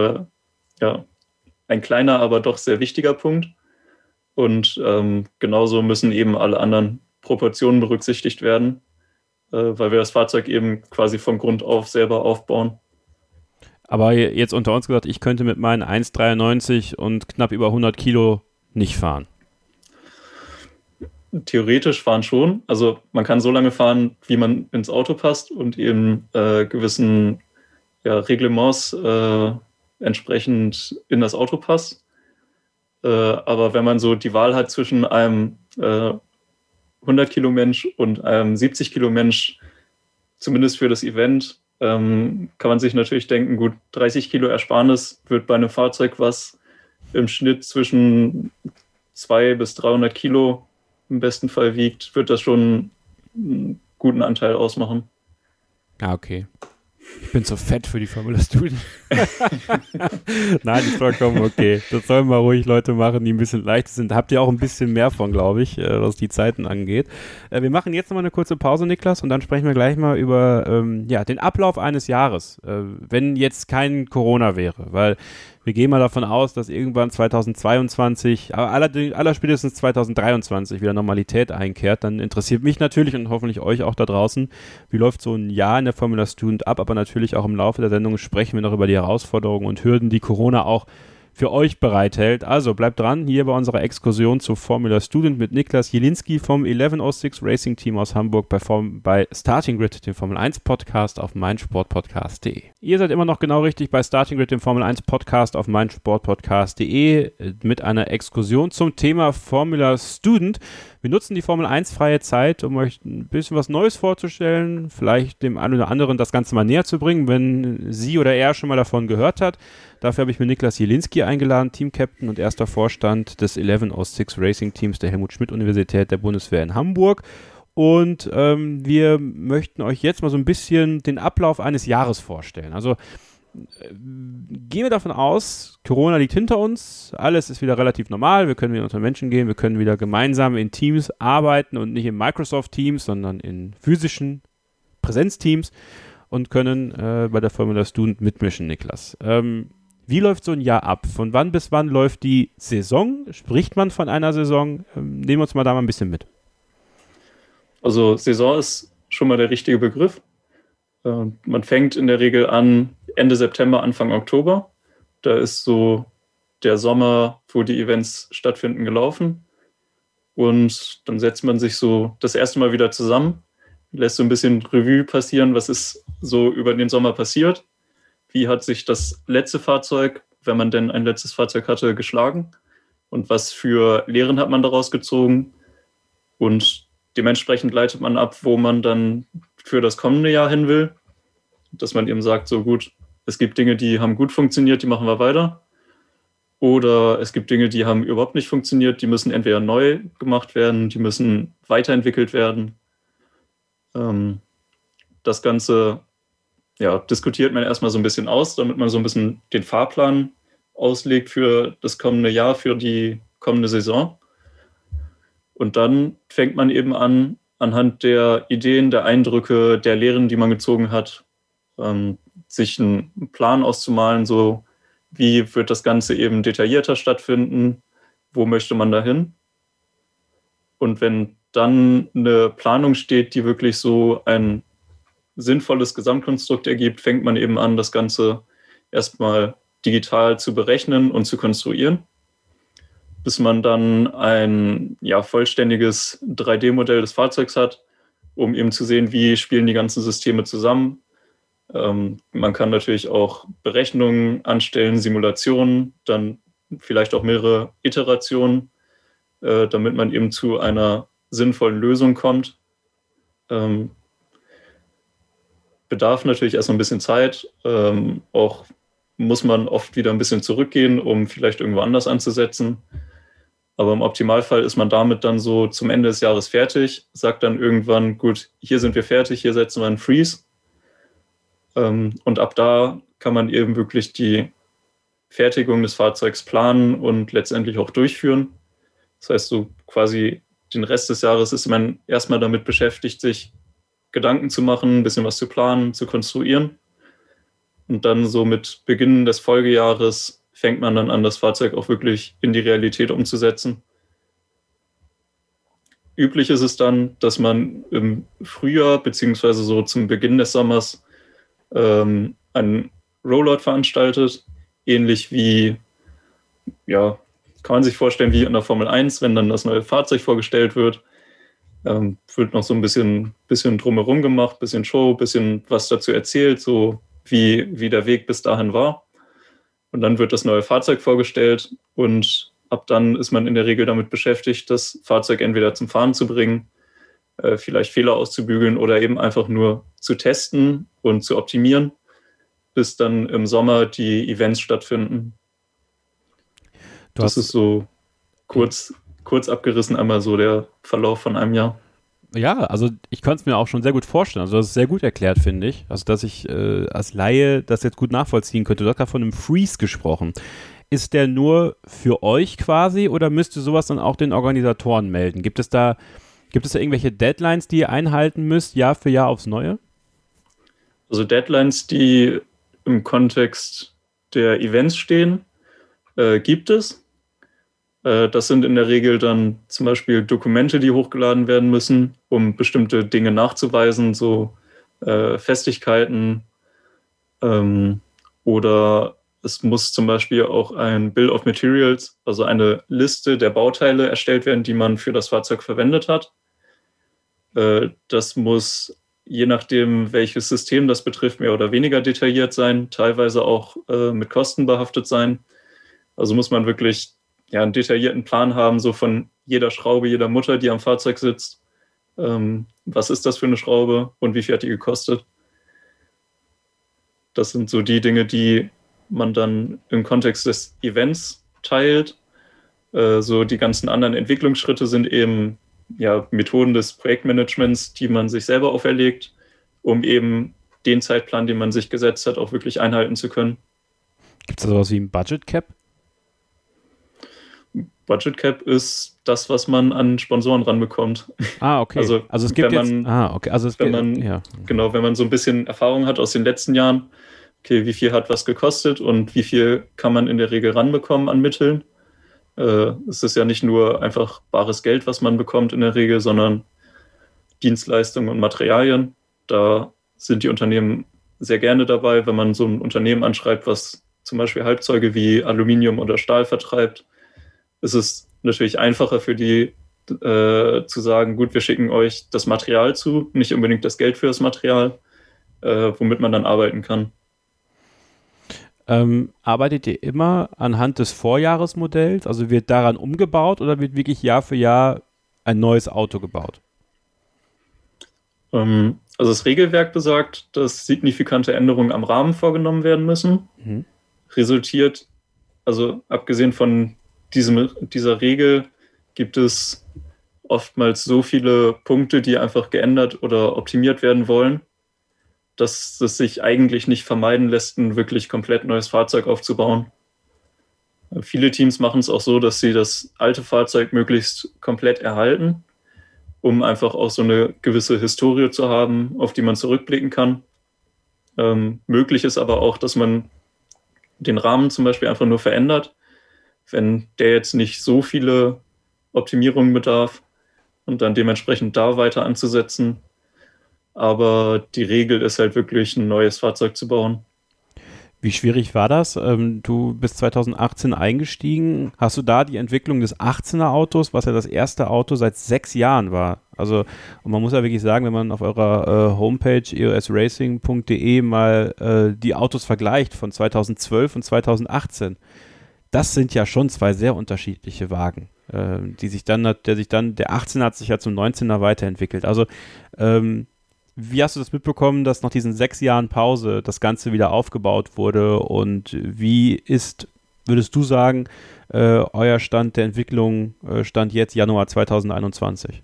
ein kleiner, aber doch sehr wichtiger Punkt. Und genauso müssen eben alle anderen Proportionen berücksichtigt werden, weil wir das Fahrzeug eben quasi von Grund auf selber aufbauen. Aber jetzt unter uns gesagt, ich könnte mit meinen 1,93 und knapp über 100 Kilo nicht fahren. Theoretisch fahren schon. Also man kann so lange fahren, wie man ins Auto passt und eben gewissen Reglements entsprechend in das Auto passt. Aber wenn man so die Wahl hat zwischen einem 100 Kilo Mensch und einem 70 Kilo Mensch, zumindest für das Event, kann man sich natürlich denken, gut, 30 Kilo Ersparnis wird bei einem Fahrzeug, was im Schnitt zwischen 200 bis 300 Kilo im besten Fall wiegt, wird das schon einen guten Anteil ausmachen. Ah, okay. Ich bin zu fett für die Formula Student. Nein, ist vollkommen okay. Das sollen mal ruhig Leute machen, die ein bisschen leichter sind. Habt ihr auch ein bisschen mehr von, glaube ich, was die Zeiten angeht. Wir machen jetzt nochmal eine kurze Pause, Niklas, und dann sprechen wir gleich mal über den Ablauf eines Jahres, wenn jetzt kein Corona wäre. Weil wir gehen mal davon aus, dass irgendwann 2022, aber allerspätestens 2023 wieder Normalität einkehrt. Dann interessiert mich natürlich und hoffentlich euch auch da draußen, wie läuft so ein Jahr in der Formula Student ab, aber natürlich auch im Laufe der Sendung sprechen wir noch über die Herausforderungen und Hürden, die Corona auch für euch bereithält. Also bleibt dran, hier bei unserer Exkursion zur Formula Student mit Niklas Jelinski vom 1106 Racing Team aus Hamburg bei Starting Grid, dem Formel 1 Podcast auf meinsportpodcast.de. Ihr seid immer noch genau richtig bei Starting Grid, dem Formel 1 Podcast auf meinsportpodcast.de mit einer Exkursion zum Thema Formula Student. Wir nutzen die Formel 1 freie Zeit, um euch ein bisschen was Neues vorzustellen, vielleicht dem einen oder anderen das Ganze mal näher zu bringen, wenn sie oder er schon mal davon gehört hat. Dafür habe ich mir Niklas Jelinski eingeladen, Teamcaptain und erster Vorstand des 1106 Racing Teams der Helmut-Schmidt-Universität der Bundeswehr in Hamburg. Und wir möchten euch jetzt mal so ein bisschen den Ablauf eines Jahres vorstellen. Also gehen wir davon aus, Corona liegt hinter uns, alles ist wieder relativ normal, wir können wieder unter Menschen gehen, wir können wieder gemeinsam in Teams arbeiten und nicht in Microsoft-Teams, sondern in physischen Präsenzteams und können bei der Formula Student mitmischen, Niklas. Wie läuft so ein Jahr ab? Von wann bis wann läuft die Saison? Spricht man von einer Saison? Nehmen wir uns mal da mal ein bisschen mit. Also Saison ist schon mal der richtige Begriff. Man fängt in der Regel an Ende September, Anfang Oktober. Da ist so der Sommer, wo die Events stattfinden, gelaufen. Und dann setzt man sich so das erste Mal wieder zusammen, lässt so ein bisschen Revue passieren, was ist so über den Sommer passiert. Wie hat sich das letzte Fahrzeug, wenn man denn ein letztes Fahrzeug hatte, geschlagen? Und was für Lehren hat man daraus gezogen? Und dementsprechend leitet man ab, wo man dann für das kommende Jahr hin will. Dass man eben sagt, so gut, es gibt Dinge, die haben gut funktioniert, die machen wir weiter. Oder es gibt Dinge, die haben überhaupt nicht funktioniert, die müssen entweder neu gemacht werden, die müssen weiterentwickelt werden. Das Ganze diskutiert man erstmal so ein bisschen aus, damit man so ein bisschen den Fahrplan auslegt für das kommende Jahr, für die kommende Saison. Und dann fängt man eben an, anhand der Ideen, der Eindrücke, der Lehren, die man gezogen hat, sich einen Plan auszumalen, so wie wird das Ganze eben detaillierter stattfinden, wo möchte man da hin. Und wenn dann eine Planung steht, die wirklich so ein sinnvolles Gesamtkonstrukt ergibt, fängt man eben an, das Ganze erstmal digital zu berechnen und zu konstruieren, bis man dann ein vollständiges 3D-Modell des Fahrzeugs hat, um eben zu sehen, wie spielen die ganzen Systeme zusammen. Man kann natürlich auch Berechnungen anstellen, Simulationen, dann vielleicht auch mehrere Iterationen, damit man eben zu einer sinnvollen Lösung kommt. Bedarf natürlich erst noch ein bisschen Zeit. Auch muss man oft wieder ein bisschen zurückgehen, um vielleicht irgendwo anders anzusetzen. Aber im Optimalfall ist man damit dann so zum Ende des Jahres fertig, sagt dann irgendwann, gut, hier sind wir fertig, hier setzen wir einen Freeze. Und ab da kann man eben wirklich die Fertigung des Fahrzeugs planen und letztendlich auch durchführen. Das heißt, so quasi den Rest des Jahres ist man erstmal damit beschäftigt, sich Gedanken zu machen, ein bisschen was zu planen, zu konstruieren. Und dann so mit Beginn des Folgejahres fängt man dann an, das Fahrzeug auch wirklich in die Realität umzusetzen. Üblich ist es dann, dass man im Frühjahr beziehungsweise so zum Beginn des Sommers einen Rollout veranstaltet, ähnlich wie, ja, kann man sich vorstellen wie in der Formel 1, wenn dann das neue Fahrzeug vorgestellt wird. Wird noch so ein bisschen drumherum gemacht, bisschen Show, bisschen was dazu erzählt, so wie der Weg bis dahin war. Und dann wird das neue Fahrzeug vorgestellt und ab dann ist man in der Regel damit beschäftigt, das Fahrzeug entweder zum Fahren zu bringen, vielleicht Fehler auszubügeln oder eben einfach nur zu testen und zu optimieren, bis dann im Sommer die Events stattfinden. Das ist so kurz abgerissen einmal so der Verlauf von einem Jahr. Ja, also ich konnte es mir auch schon sehr gut vorstellen. Also das ist sehr gut erklärt, finde ich. Also dass ich als Laie das jetzt gut nachvollziehen könnte. Du hast gerade von einem Freeze gesprochen. Ist der nur für euch quasi oder müsst ihr sowas dann auch den Organisatoren melden? Gibt es da irgendwelche Deadlines, die ihr einhalten müsst, Jahr für Jahr aufs Neue? Also Deadlines, die im Kontext der Events stehen, gibt es. Das sind in der Regel dann zum Beispiel Dokumente, die hochgeladen werden müssen, um bestimmte Dinge nachzuweisen, so Festigkeiten oder es muss zum Beispiel auch ein Bill of Materials, also eine Liste der Bauteile erstellt werden, die man für das Fahrzeug verwendet hat. Das muss, je nachdem, welches System das betrifft, mehr oder weniger detailliert sein, teilweise auch mit Kosten behaftet sein. Also muss man wirklich einen detaillierten Plan haben, so von jeder Schraube, jeder Mutter, die am Fahrzeug sitzt. Was ist das für eine Schraube und wie viel hat die gekostet? Das sind so die Dinge, die man dann im Kontext des Events teilt. So die ganzen anderen Entwicklungsschritte sind eben Methoden des Projektmanagements, die man sich selber auferlegt, um eben den Zeitplan, den man sich gesetzt hat, auch wirklich einhalten zu können. Gibt es da sowas wie ein Budget Cap? Budget Cap ist das, was man an Sponsoren ranbekommt. Ah, okay. Also es gibt wenn man so ein bisschen Erfahrung hat aus den letzten Jahren, okay, wie viel hat was gekostet und wie viel kann man in der Regel ranbekommen an Mitteln. Es ist ja nicht nur einfach bares Geld, was man bekommt in der Regel, sondern Dienstleistungen und Materialien. Da sind die Unternehmen sehr gerne dabei, wenn man so ein Unternehmen anschreibt, was zum Beispiel Halbzeuge wie Aluminium oder Stahl vertreibt. Es ist natürlich einfacher für die zu sagen, gut, wir schicken euch das Material zu, nicht unbedingt das Geld für das Material, womit man dann arbeiten kann. Arbeitet ihr immer anhand des Vorjahresmodells? Also wird daran umgebaut oder wird wirklich Jahr für Jahr ein neues Auto gebaut? Also das Regelwerk besagt, dass signifikante Änderungen am Rahmen vorgenommen werden müssen. Resultiert, also abgesehen von dieser Regel, gibt es oftmals so viele Punkte, die einfach geändert oder optimiert werden wollen, dass es sich eigentlich nicht vermeiden lässt, ein wirklich komplett neues Fahrzeug aufzubauen. Viele Teams machen es auch so, dass sie das alte Fahrzeug möglichst komplett erhalten, um einfach auch so eine gewisse Historie zu haben, auf die man zurückblicken kann. Möglich ist aber auch, dass man den Rahmen zum Beispiel einfach nur verändert, wenn der jetzt nicht so viele Optimierungen bedarf und dann dementsprechend da weiter anzusetzen. Aber die Regel ist halt wirklich, ein neues Fahrzeug zu bauen. Wie schwierig war das? Du bist 2018 eingestiegen. Hast du da die Entwicklung des 18er Autos, was ja das erste Auto seit 6 Jahren war? Also, und man muss ja wirklich sagen, wenn man auf eurer Homepage eosracing.de mal die Autos vergleicht von 2012 und 2018, das sind ja schon 2 sehr unterschiedliche Wagen, der 18er hat sich ja zum 19er weiterentwickelt. Also, wie hast du das mitbekommen, dass nach diesen 6 Jahren Pause das Ganze wieder aufgebaut wurde und wie würdest du sagen, euer Stand der Entwicklung Stand jetzt Januar 2021?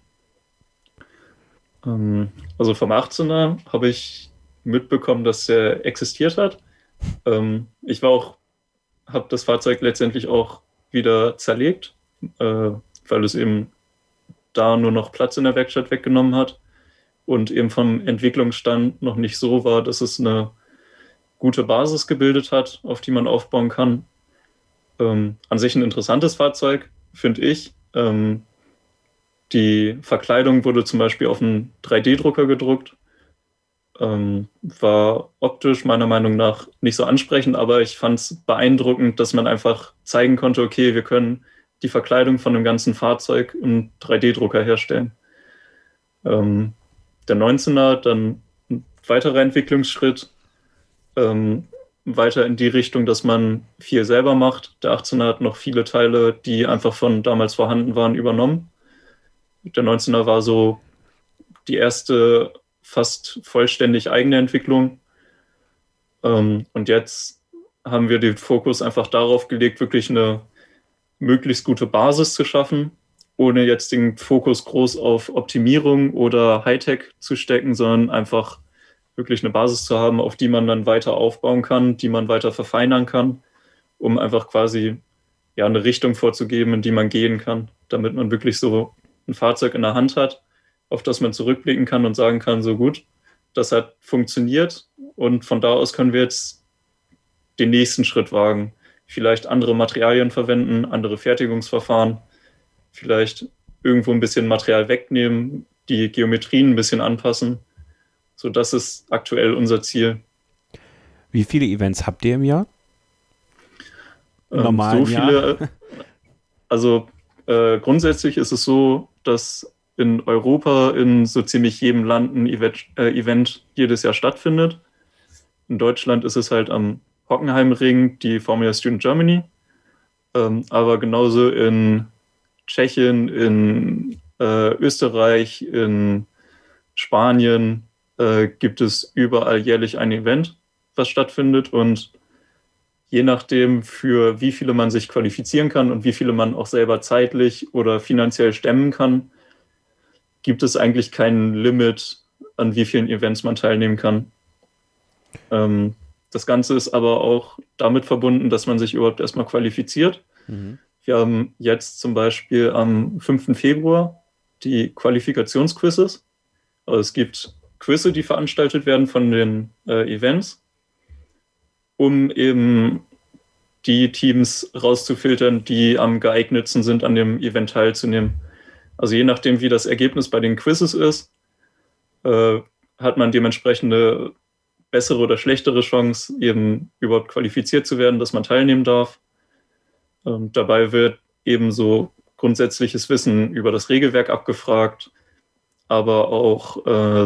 Also vom 18er habe ich mitbekommen, dass er existiert hat. Ich habe das Fahrzeug letztendlich auch wieder zerlegt, weil es eben da nur noch Platz in der Werkstatt weggenommen hat und eben vom Entwicklungsstand noch nicht so war, dass es eine gute Basis gebildet hat, auf die man aufbauen kann. An sich ein interessantes Fahrzeug, finde ich. Die Verkleidung wurde zum Beispiel auf einen 3D-Drucker gedruckt. War optisch meiner Meinung nach nicht so ansprechend, aber ich fand es beeindruckend, dass man einfach zeigen konnte, okay, wir können die Verkleidung von dem ganzen Fahrzeug im 3D-Drucker herstellen. Der 19er, dann ein weiterer Entwicklungsschritt, weiter in die Richtung, dass man viel selber macht. Der 18er hat noch viele Teile, die einfach von damals vorhanden waren, übernommen. Der 19er war so die erste fast vollständig eigene Entwicklung. Und jetzt haben wir den Fokus einfach darauf gelegt, wirklich eine möglichst gute Basis zu schaffen, ohne jetzt den Fokus groß auf Optimierung oder Hightech zu stecken, sondern einfach wirklich eine Basis zu haben, auf die man dann weiter aufbauen kann, die man weiter verfeinern kann, um einfach quasi eine Richtung vorzugeben, in die man gehen kann, damit man wirklich so ein Fahrzeug in der Hand hat, auf das man zurückblicken kann und sagen kann, so gut, das hat funktioniert und von da aus können wir jetzt den nächsten Schritt wagen. Vielleicht andere Materialien verwenden, andere Fertigungsverfahren, vielleicht irgendwo ein bisschen Material wegnehmen, die Geometrien ein bisschen anpassen. So, das ist aktuell unser Ziel. Wie viele Events habt ihr im Jahr? So viele. Jahr? Also grundsätzlich ist es so, dass in Europa in so ziemlich jedem Land ein Event jedes Jahr stattfindet. In Deutschland ist es halt am Hockenheimring, die Formula Student Germany. Aber genauso in Tschechien, in Österreich, in Spanien gibt es überall jährlich ein Event, was stattfindet. Und je nachdem, für wie viele man sich qualifizieren kann und wie viele man auch selber zeitlich oder finanziell stemmen kann, gibt es eigentlich kein Limit, an wie vielen Events man teilnehmen kann. Das Ganze ist aber auch damit verbunden, dass man sich überhaupt erstmal qualifiziert. Mhm. Wir haben jetzt zum Beispiel am 5. Februar die Qualifikationsquizzes. Also es gibt Quizze, die veranstaltet werden von den Events, um eben die Teams rauszufiltern, die am geeignetsten sind, an dem Event teilzunehmen. Also je nachdem, wie das Ergebnis bei den Quizzes ist, hat man dementsprechend eine bessere oder schlechtere Chance, eben überhaupt qualifiziert zu werden, dass man teilnehmen darf. Dabei wird eben so grundsätzliches Wissen über das Regelwerk abgefragt, aber auch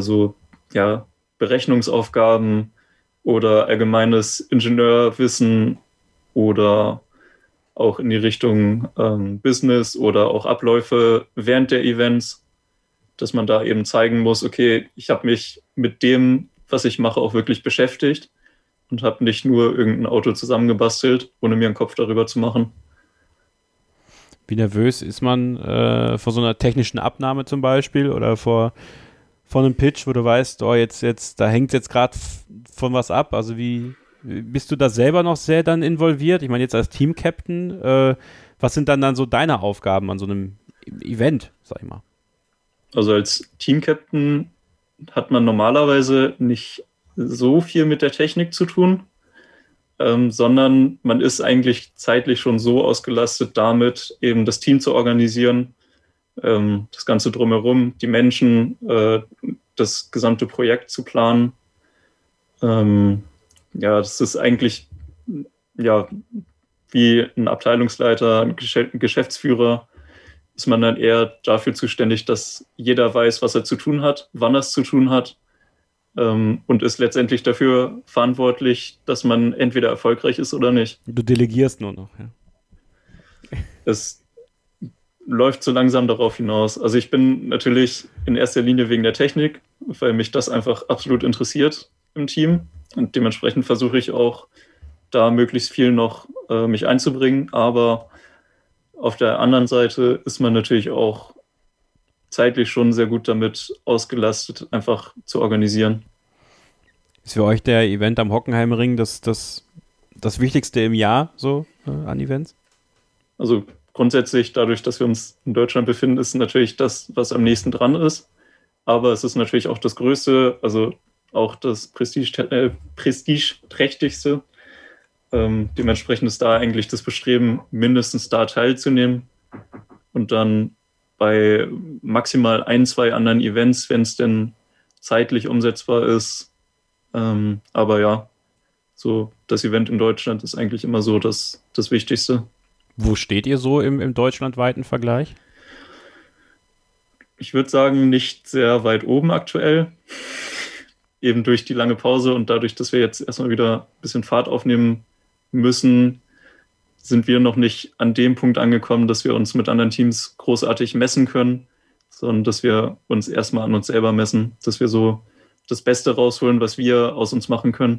Berechnungsaufgaben oder allgemeines Ingenieurwissen oder auch in die Richtung Business oder auch Abläufe während der Events, dass man da eben zeigen muss, okay, ich habe mich mit dem, was ich mache, auch wirklich beschäftigt und habe nicht nur irgendein Auto zusammengebastelt, ohne mir einen Kopf darüber zu machen. Wie nervös ist man vor so einer technischen Abnahme zum Beispiel oder vor einem Pitch, wo du weißt, oh, jetzt, da hängt es jetzt gerade von was ab? Also wie bist du da selber noch sehr dann involviert? Ich meine, jetzt als Team-Captain, was sind dann so deine Aufgaben an so einem Event, sag ich mal? Also als Team-Captain hat man normalerweise nicht so viel mit der Technik zu tun, sondern man ist eigentlich zeitlich schon so ausgelastet damit, eben das Team zu organisieren, das Ganze drumherum, die Menschen, das gesamte Projekt zu planen. Das ist eigentlich wie ein Abteilungsleiter, ein Geschäftsführer, ist man dann eher dafür zuständig, dass jeder weiß, was er zu tun hat, wann er es zu tun hat, und ist letztendlich dafür verantwortlich, dass man entweder erfolgreich ist oder nicht. Du delegierst nur noch, ja. Es läuft so langsam darauf hinaus. Also ich bin natürlich in erster Linie wegen der Technik, weil mich das einfach absolut interessiert im Team. Und dementsprechend versuche ich auch, da möglichst viel noch mich einzubringen. Aber auf der anderen Seite ist man natürlich auch zeitlich schon sehr gut damit ausgelastet, einfach zu organisieren. Ist für euch der Event am Hockenheimring das Wichtigste im Jahr so an Events? Also grundsätzlich, dadurch, dass wir uns in Deutschland befinden, ist natürlich das, was am nächsten dran ist. Aber es ist natürlich auch das Größte. Also auch das prestigeträchtigste. Dementsprechend ist da eigentlich das Bestreben, mindestens da teilzunehmen und dann bei maximal 1, 2 anderen Events, wenn es denn zeitlich umsetzbar ist. Aber ja, so das Event in Deutschland ist eigentlich immer so das Wichtigste. Wo steht ihr so im deutschlandweiten Vergleich? Ich würde sagen, nicht sehr weit oben aktuell. Eben durch die lange Pause und dadurch, dass wir jetzt erstmal wieder ein bisschen Fahrt aufnehmen müssen, sind wir noch nicht an dem Punkt angekommen, dass wir uns mit anderen Teams großartig messen können, sondern dass wir uns erstmal an uns selber messen, dass wir so das Beste rausholen, was wir aus uns machen können.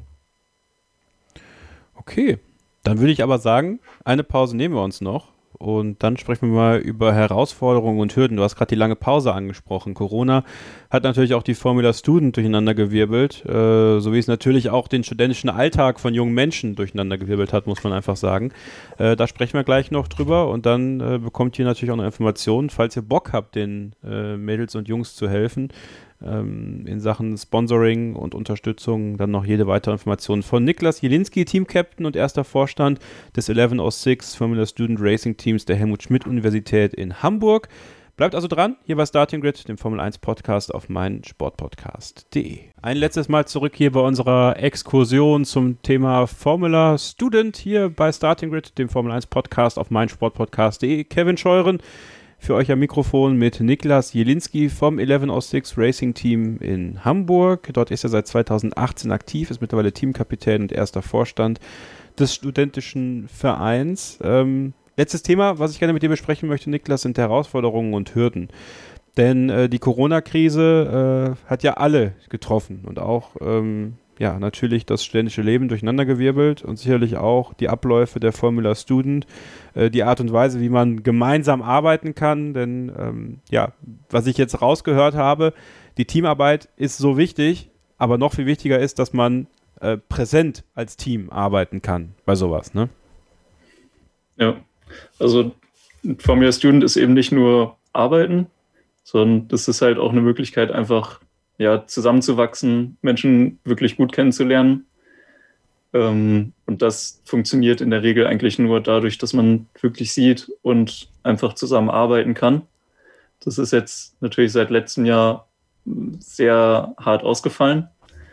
Okay, dann würde ich aber sagen, eine Pause nehmen wir uns noch und dann sprechen wir mal über Herausforderungen und Hürden. Du hast gerade die lange Pause angesprochen. Corona hat natürlich auch die Formula Student durcheinandergewirbelt, so wie es natürlich auch den studentischen Alltag von jungen Menschen durcheinandergewirbelt hat, muss man einfach sagen. Da sprechen wir gleich noch drüber und dann bekommt ihr natürlich auch noch Informationen, falls ihr Bock habt, den Mädels und Jungs zu helfen. In Sachen Sponsoring und Unterstützung dann noch jede weitere Information von Niklas Jelinski, Team-Captain und erster Vorstand des 1106 Formula Student Racing Teams der Helmut-Schmidt-Universität in Hamburg. Bleibt also dran, hier bei Starting Grid, dem Formel 1 Podcast auf meinsportpodcast.de. Ein letztes Mal zurück hier bei unserer Exkursion zum Thema Formula Student hier bei Starting Grid, dem Formel 1 Podcast auf meinsportpodcast.de. Kevin Scheuren für euch am Mikrofon mit Niklas Jelinski vom 1106 Racing Team in Hamburg. Dort ist er seit 2018 aktiv, ist mittlerweile Teamkapitän und erster Vorstand des studentischen Vereins. Letztes Thema, was ich gerne mit dir besprechen möchte, Niklas, sind Herausforderungen und Hürden. Denn die Corona-Krise hat ja alle getroffen und auch natürlich das studentische Leben durcheinandergewirbelt und sicherlich auch die Abläufe der Formula Student, die Art und Weise, wie man gemeinsam arbeiten kann. Denn was ich jetzt rausgehört habe, die Teamarbeit ist so wichtig, aber noch viel wichtiger ist, dass man präsent als Team arbeiten kann bei sowas, ne? Ja, also Formula Student ist eben nicht nur Arbeiten, sondern das ist halt auch eine Möglichkeit, einfach zusammenzuwachsen, Menschen wirklich gut kennenzulernen. Und das funktioniert in der Regel eigentlich nur dadurch, dass man wirklich sieht und einfach zusammenarbeiten kann. Das ist jetzt natürlich seit letztem Jahr sehr hart ausgefallen.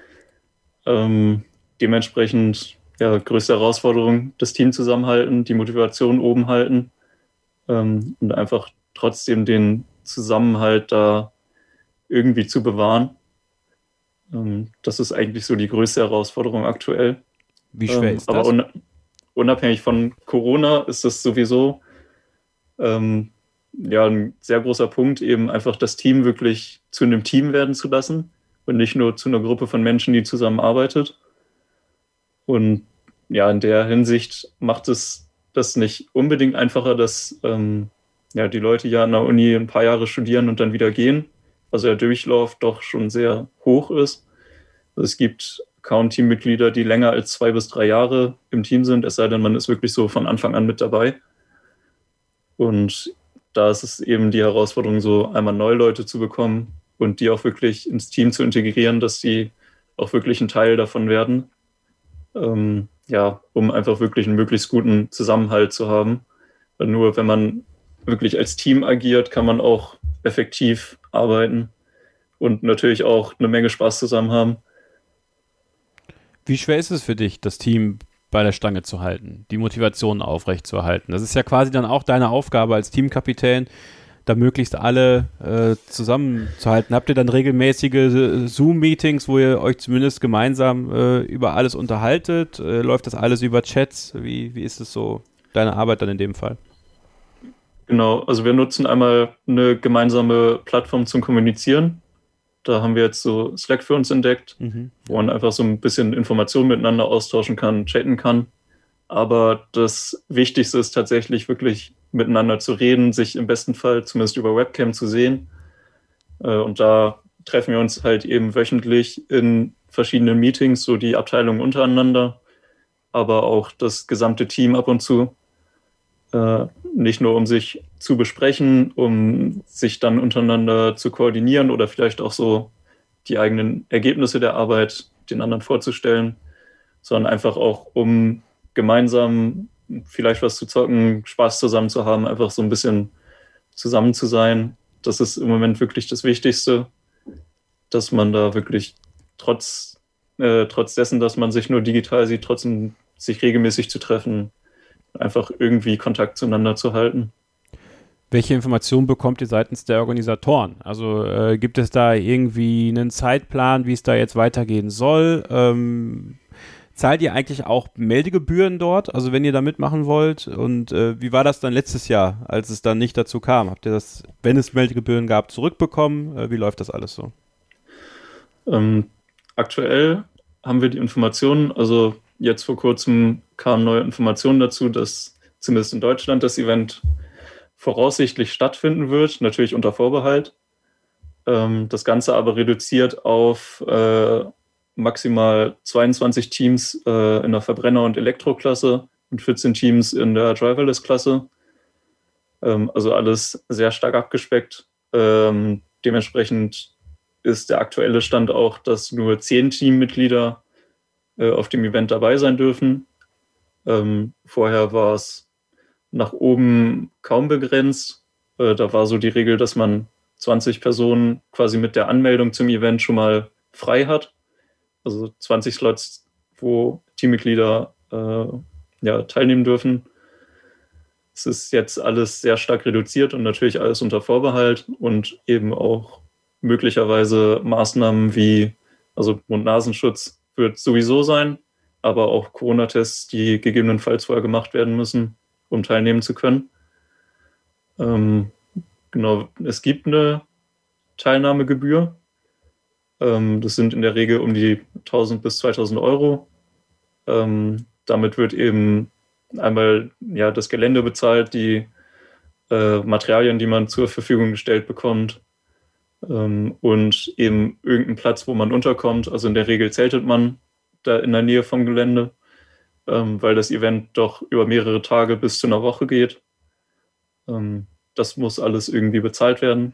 Dementsprechend größte Herausforderung, das Team zusammenhalten, die Motivation oben halten und einfach trotzdem den Zusammenhalt da irgendwie zu bewahren. Das ist eigentlich so die größte Herausforderung aktuell. Wie schwer ist das? Aber unabhängig von Corona ist das sowieso ein sehr großer Punkt, eben einfach das Team wirklich zu einem Team werden zu lassen und nicht nur zu einer Gruppe von Menschen, die zusammenarbeitet. Und in der Hinsicht macht es das nicht unbedingt einfacher, dass die Leute ja an der Uni ein paar Jahre studieren und dann wieder gehen. Also der Durchlauf doch schon sehr hoch ist. Also es gibt kaum Teammitglieder, die länger als 2 bis 3 Jahre im Team sind, es sei denn, man ist wirklich so von Anfang an mit dabei. Und da ist es eben die Herausforderung, so einmal neue Leute zu bekommen und die auch wirklich ins Team zu integrieren, dass sie auch wirklich ein Teil davon werden, um einfach wirklich einen möglichst guten Zusammenhalt zu haben. Weil nur wenn man wirklich als Team agiert, kann man auch effektiv arbeiten und natürlich auch eine Menge Spaß zusammen haben. Wie schwer ist es für dich, das Team bei der Stange zu halten, die Motivation aufrechtzuerhalten? Das ist ja quasi dann auch deine Aufgabe als Teamkapitän, da möglichst alle zusammenzuhalten. Habt ihr dann regelmäßige Zoom-Meetings, wo ihr euch zumindest gemeinsam über alles unterhaltet? Läuft das alles über Chats? Wie ist es so, deine Arbeit dann in dem Fall? Genau, also wir nutzen einmal eine gemeinsame Plattform zum Kommunizieren. Da haben wir jetzt so Slack für uns entdeckt, wo man einfach so ein bisschen Informationen miteinander austauschen kann, chatten kann. Aber das Wichtigste ist tatsächlich wirklich miteinander zu reden, sich im besten Fall zumindest über Webcam zu sehen. Und da treffen wir uns halt eben wöchentlich in verschiedenen Meetings, so die Abteilungen untereinander, aber auch das gesamte Team ab und zu. Nicht nur, um sich zu besprechen, um sich dann untereinander zu koordinieren oder vielleicht auch so die eigenen Ergebnisse der Arbeit den anderen vorzustellen, sondern einfach auch, um gemeinsam vielleicht was zu zocken, Spaß zusammen zu haben, einfach so ein bisschen zusammen zu sein. Das ist im Moment wirklich das Wichtigste, dass man da wirklich trotz dessen, dass man sich nur digital sieht, trotzdem sich regelmäßig zu treffen, einfach irgendwie Kontakt zueinander zu halten. Welche Informationen bekommt ihr seitens der Organisatoren? Also gibt es da irgendwie einen Zeitplan, wie es da jetzt weitergehen soll? Zahlt ihr eigentlich auch Meldegebühren dort, also wenn ihr da mitmachen wollt? Und wie war das dann letztes Jahr, als es dann nicht dazu kam? Habt ihr das, wenn es Meldegebühren gab, zurückbekommen? Wie läuft das alles so? Aktuell haben wir die Informationen, also jetzt vor kurzem kamen neue Informationen dazu, dass zumindest in Deutschland das Event voraussichtlich stattfinden wird, natürlich unter Vorbehalt. Das Ganze aber reduziert auf maximal 22 Teams in der Verbrenner- und Elektroklasse und 14 Teams in der Driverless-Klasse. Also alles sehr stark abgespeckt. Dementsprechend ist der aktuelle Stand auch, dass nur 10 Teammitglieder auf dem Event dabei sein dürfen. Vorher war es nach oben kaum begrenzt. Da war so die Regel, dass man 20 Personen quasi mit der Anmeldung zum Event schon mal frei hat. Also 20 Slots, wo Teammitglieder teilnehmen dürfen. Es ist jetzt alles sehr stark reduziert und natürlich alles unter Vorbehalt und eben auch möglicherweise Maßnahmen wie, also Mund-Nasenschutz wird sowieso sein, aber auch Corona-Tests, die gegebenenfalls vorher gemacht werden müssen, um teilnehmen zu können. Genau, es gibt eine Teilnahmegebühr. Das sind in der Regel um die 1.000 bis 2.000 Euro. Damit wird eben einmal das Gelände bezahlt, die Materialien, die man zur Verfügung gestellt bekommt, und eben irgendein Platz, wo man unterkommt. Also in der Regel zeltet man da in der Nähe vom Gelände, weil das Event doch über mehrere Tage bis zu einer Woche geht. Das muss alles irgendwie bezahlt werden.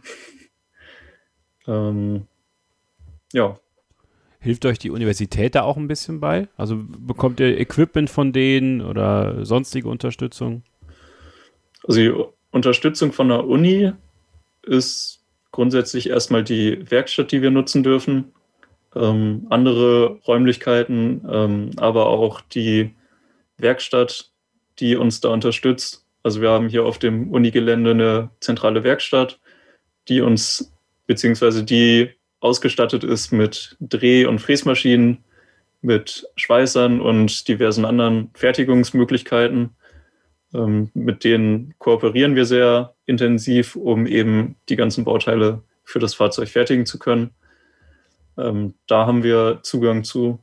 Ja. Hilft euch die Universität da auch ein bisschen bei? Also bekommt ihr Equipment von denen oder sonstige Unterstützung? Also die Unterstützung von der Uni ist grundsätzlich erstmal die Werkstatt, die wir nutzen dürfen. Andere Räumlichkeiten, aber auch die Werkstatt, die uns da unterstützt. Also wir haben hier auf dem Unigelände eine zentrale Werkstatt, die uns, beziehungsweise die ausgestattet ist mit Dreh- und Fräsmaschinen, mit Schweißern und diversen anderen Fertigungsmöglichkeiten. Mit denen kooperieren wir sehr intensiv, um eben die ganzen Bauteile für das Fahrzeug fertigen zu können. Da haben wir Zugang zu.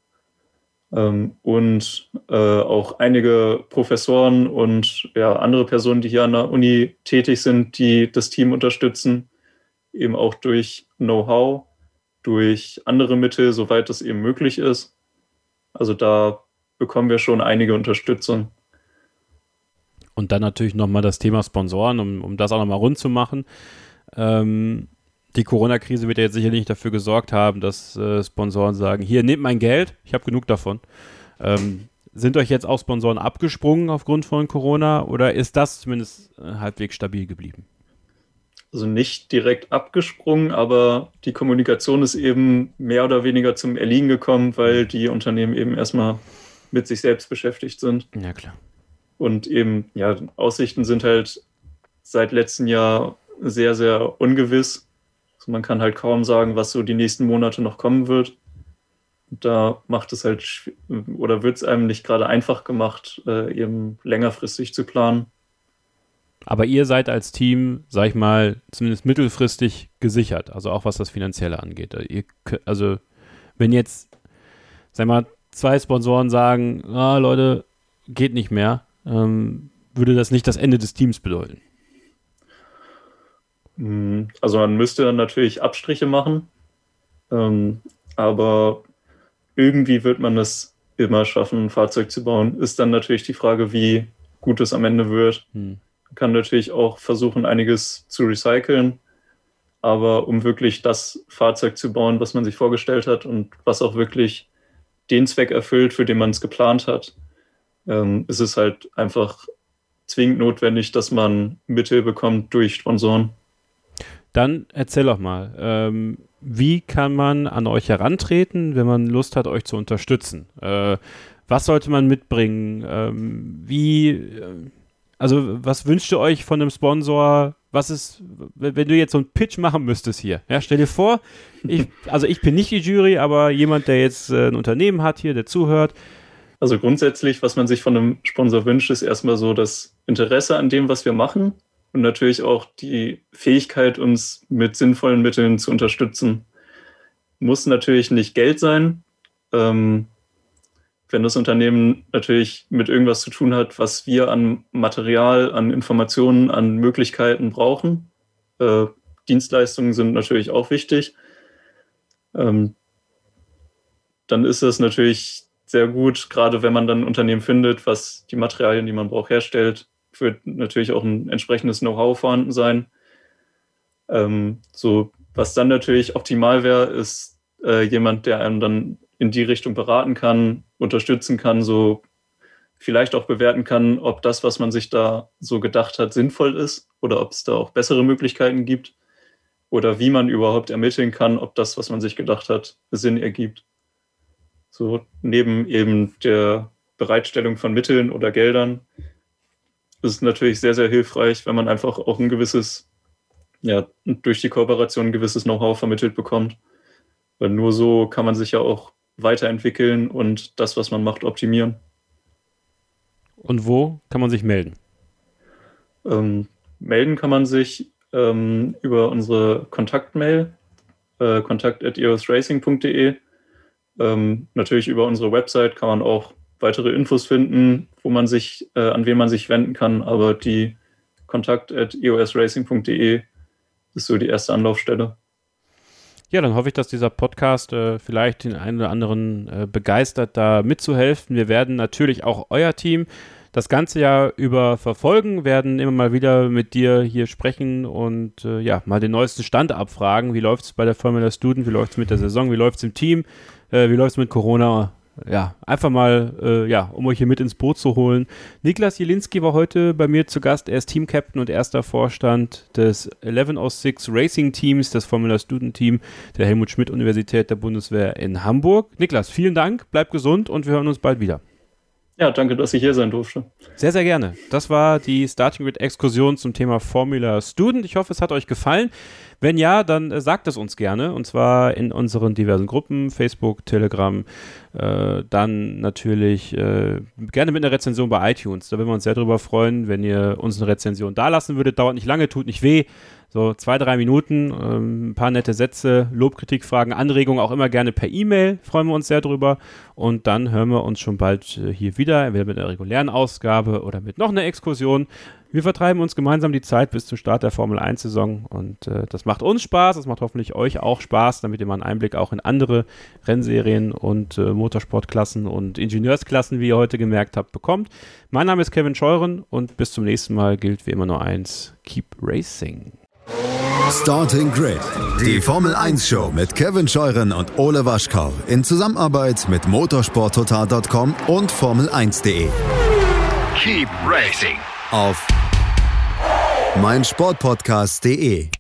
Und auch einige Professoren und andere Personen, die hier an der Uni tätig sind, die das Team unterstützen, eben auch durch Know-how, durch andere Mittel, soweit das eben möglich ist. Also da bekommen wir schon einige Unterstützung. Und dann natürlich nochmal das Thema Sponsoren, um das auch nochmal rund zu machen. Die Corona-Krise wird ja jetzt sicherlich nicht dafür gesorgt haben, dass Sponsoren sagen, hier, nehmt mein Geld, ich habe genug davon. Sind euch jetzt auch Sponsoren abgesprungen aufgrund von Corona oder ist das zumindest halbwegs stabil geblieben? Also nicht direkt abgesprungen, aber die Kommunikation ist eben mehr oder weniger zum Erliegen gekommen, weil die Unternehmen eben erstmal mit sich selbst beschäftigt sind. Ja, klar. Und eben, Aussichten sind halt seit letztem Jahr sehr, sehr ungewiss. Also man kann halt kaum sagen, was so die nächsten Monate noch kommen wird. Und da macht es halt, oder wird es einem nicht gerade einfach gemacht, eben längerfristig zu planen. Aber ihr seid als Team, sag ich mal, zumindest mittelfristig gesichert, also auch was das Finanzielle angeht. Also wenn jetzt, sag mal, 2 Sponsoren sagen, Leute, geht nicht mehr, würde das nicht das Ende des Teams bedeuten? Also man müsste dann natürlich Abstriche machen, aber irgendwie wird man es immer schaffen, ein Fahrzeug zu bauen. Ist dann natürlich die Frage, wie gut es am Ende wird. Man kann natürlich auch versuchen, einiges zu recyceln, aber um wirklich das Fahrzeug zu bauen, was man sich vorgestellt hat und was auch wirklich den Zweck erfüllt, für den man es geplant hat, ist es halt einfach zwingend notwendig, dass man Mittel bekommt durch Sponsoren. Dann erzähl doch mal, wie kann man an euch herantreten, wenn man Lust hat, euch zu unterstützen? Was sollte man mitbringen? Was wünscht ihr euch von einem Sponsor? Was ist, wenn du jetzt so einen Pitch machen müsstest hier? Ja, stell dir vor, ich bin nicht die Jury, aber jemand, der jetzt ein Unternehmen hat hier, der zuhört. Also grundsätzlich, was man sich von einem Sponsor wünscht, ist erstmal so das Interesse an dem, was wir machen und natürlich auch die Fähigkeit, uns mit sinnvollen Mitteln zu unterstützen. Muss natürlich nicht Geld sein. Wenn das Unternehmen natürlich mit irgendwas zu tun hat, was wir an Material, an Informationen, an Möglichkeiten brauchen. Dienstleistungen sind natürlich auch wichtig. Dann ist es natürlich sehr gut, gerade wenn man dann ein Unternehmen findet, was die Materialien, die man braucht, herstellt, wird natürlich auch ein entsprechendes Know-how vorhanden sein. Was dann natürlich optimal wäre, ist jemand, der einem dann in die Richtung beraten kann, unterstützen kann, so vielleicht auch bewerten kann, ob das, was man sich da so gedacht hat, sinnvoll ist oder ob es da auch bessere Möglichkeiten gibt oder wie man überhaupt ermitteln kann, ob das, was man sich gedacht hat, Sinn ergibt. So neben eben der Bereitstellung von Mitteln oder Geldern ist es natürlich sehr, sehr hilfreich, wenn man einfach auch ein gewisses, durch die Kooperation ein gewisses Know-how vermittelt bekommt. Weil nur so kann man sich ja auch weiterentwickeln und das, was man macht, optimieren. Und wo kann man sich melden? Melden kann man sich über unsere Kontaktmail, kontakt@eosracing.de. Natürlich über unsere Website kann man auch weitere Infos finden, an wen man sich wenden kann, aber die kontakt@eosracing.de ist so die erste Anlaufstelle. Ja, dann hoffe ich, dass dieser Podcast vielleicht den einen oder anderen begeistert, da mitzuhelfen. Wir werden natürlich auch euer Team das ganze Jahr über verfolgen, werden immer mal wieder mit dir hier sprechen und mal den neuesten Stand abfragen. Wie läuft es bei der Formula Student? Wie läuft es mit der Saison? Wie läuft es im Team? Wie läuft es mit Corona? Ja, einfach mal, um euch hier mit ins Boot zu holen. Niklas Jelinski war heute bei mir zu Gast. Er ist Team-Captain und erster Vorstand des 1106 Racing Teams, des Formula Student Team der Helmut-Schmidt-Universität der Bundeswehr in Hamburg. Niklas, vielen Dank, bleib gesund und wir hören uns bald wieder. Ja, danke, dass ich hier sein durfte. Sehr, sehr gerne. Das war die Starting Grid-Exkursion zum Thema Formula Student. Ich hoffe, es hat euch gefallen. Wenn ja, dann sagt es uns gerne, und zwar in unseren diversen Gruppen, Facebook, Telegram, dann natürlich gerne mit einer Rezension bei iTunes. Da würden wir uns sehr drüber freuen, wenn ihr uns eine Rezension dalassen würdet. Dauert nicht lange, tut nicht weh. So 2-3 Minuten, ein paar nette Sätze, Lob, Kritik, Fragen, Anregungen auch immer gerne per E-Mail, freuen wir uns sehr drüber. Und dann hören wir uns schon bald hier wieder, entweder mit einer regulären Ausgabe oder mit noch einer Exkursion. Wir vertreiben uns gemeinsam die Zeit bis zum Start der Formel-1-Saison und das macht uns Spaß, das macht hoffentlich euch auch Spaß, damit ihr mal einen Einblick auch in andere Rennserien und Motorsportklassen und Ingenieursklassen, wie ihr heute gemerkt habt, bekommt. Mein Name ist Kevin Scheuren und bis zum nächsten Mal gilt wie immer nur eins: Keep Racing. Starting Grid, die Formel 1 Show mit Kevin Scheuren und Ole Waschkau in Zusammenarbeit mit motorsporttotal.com und Formel1.de. Keep Racing Auf meinsportpodcast.de.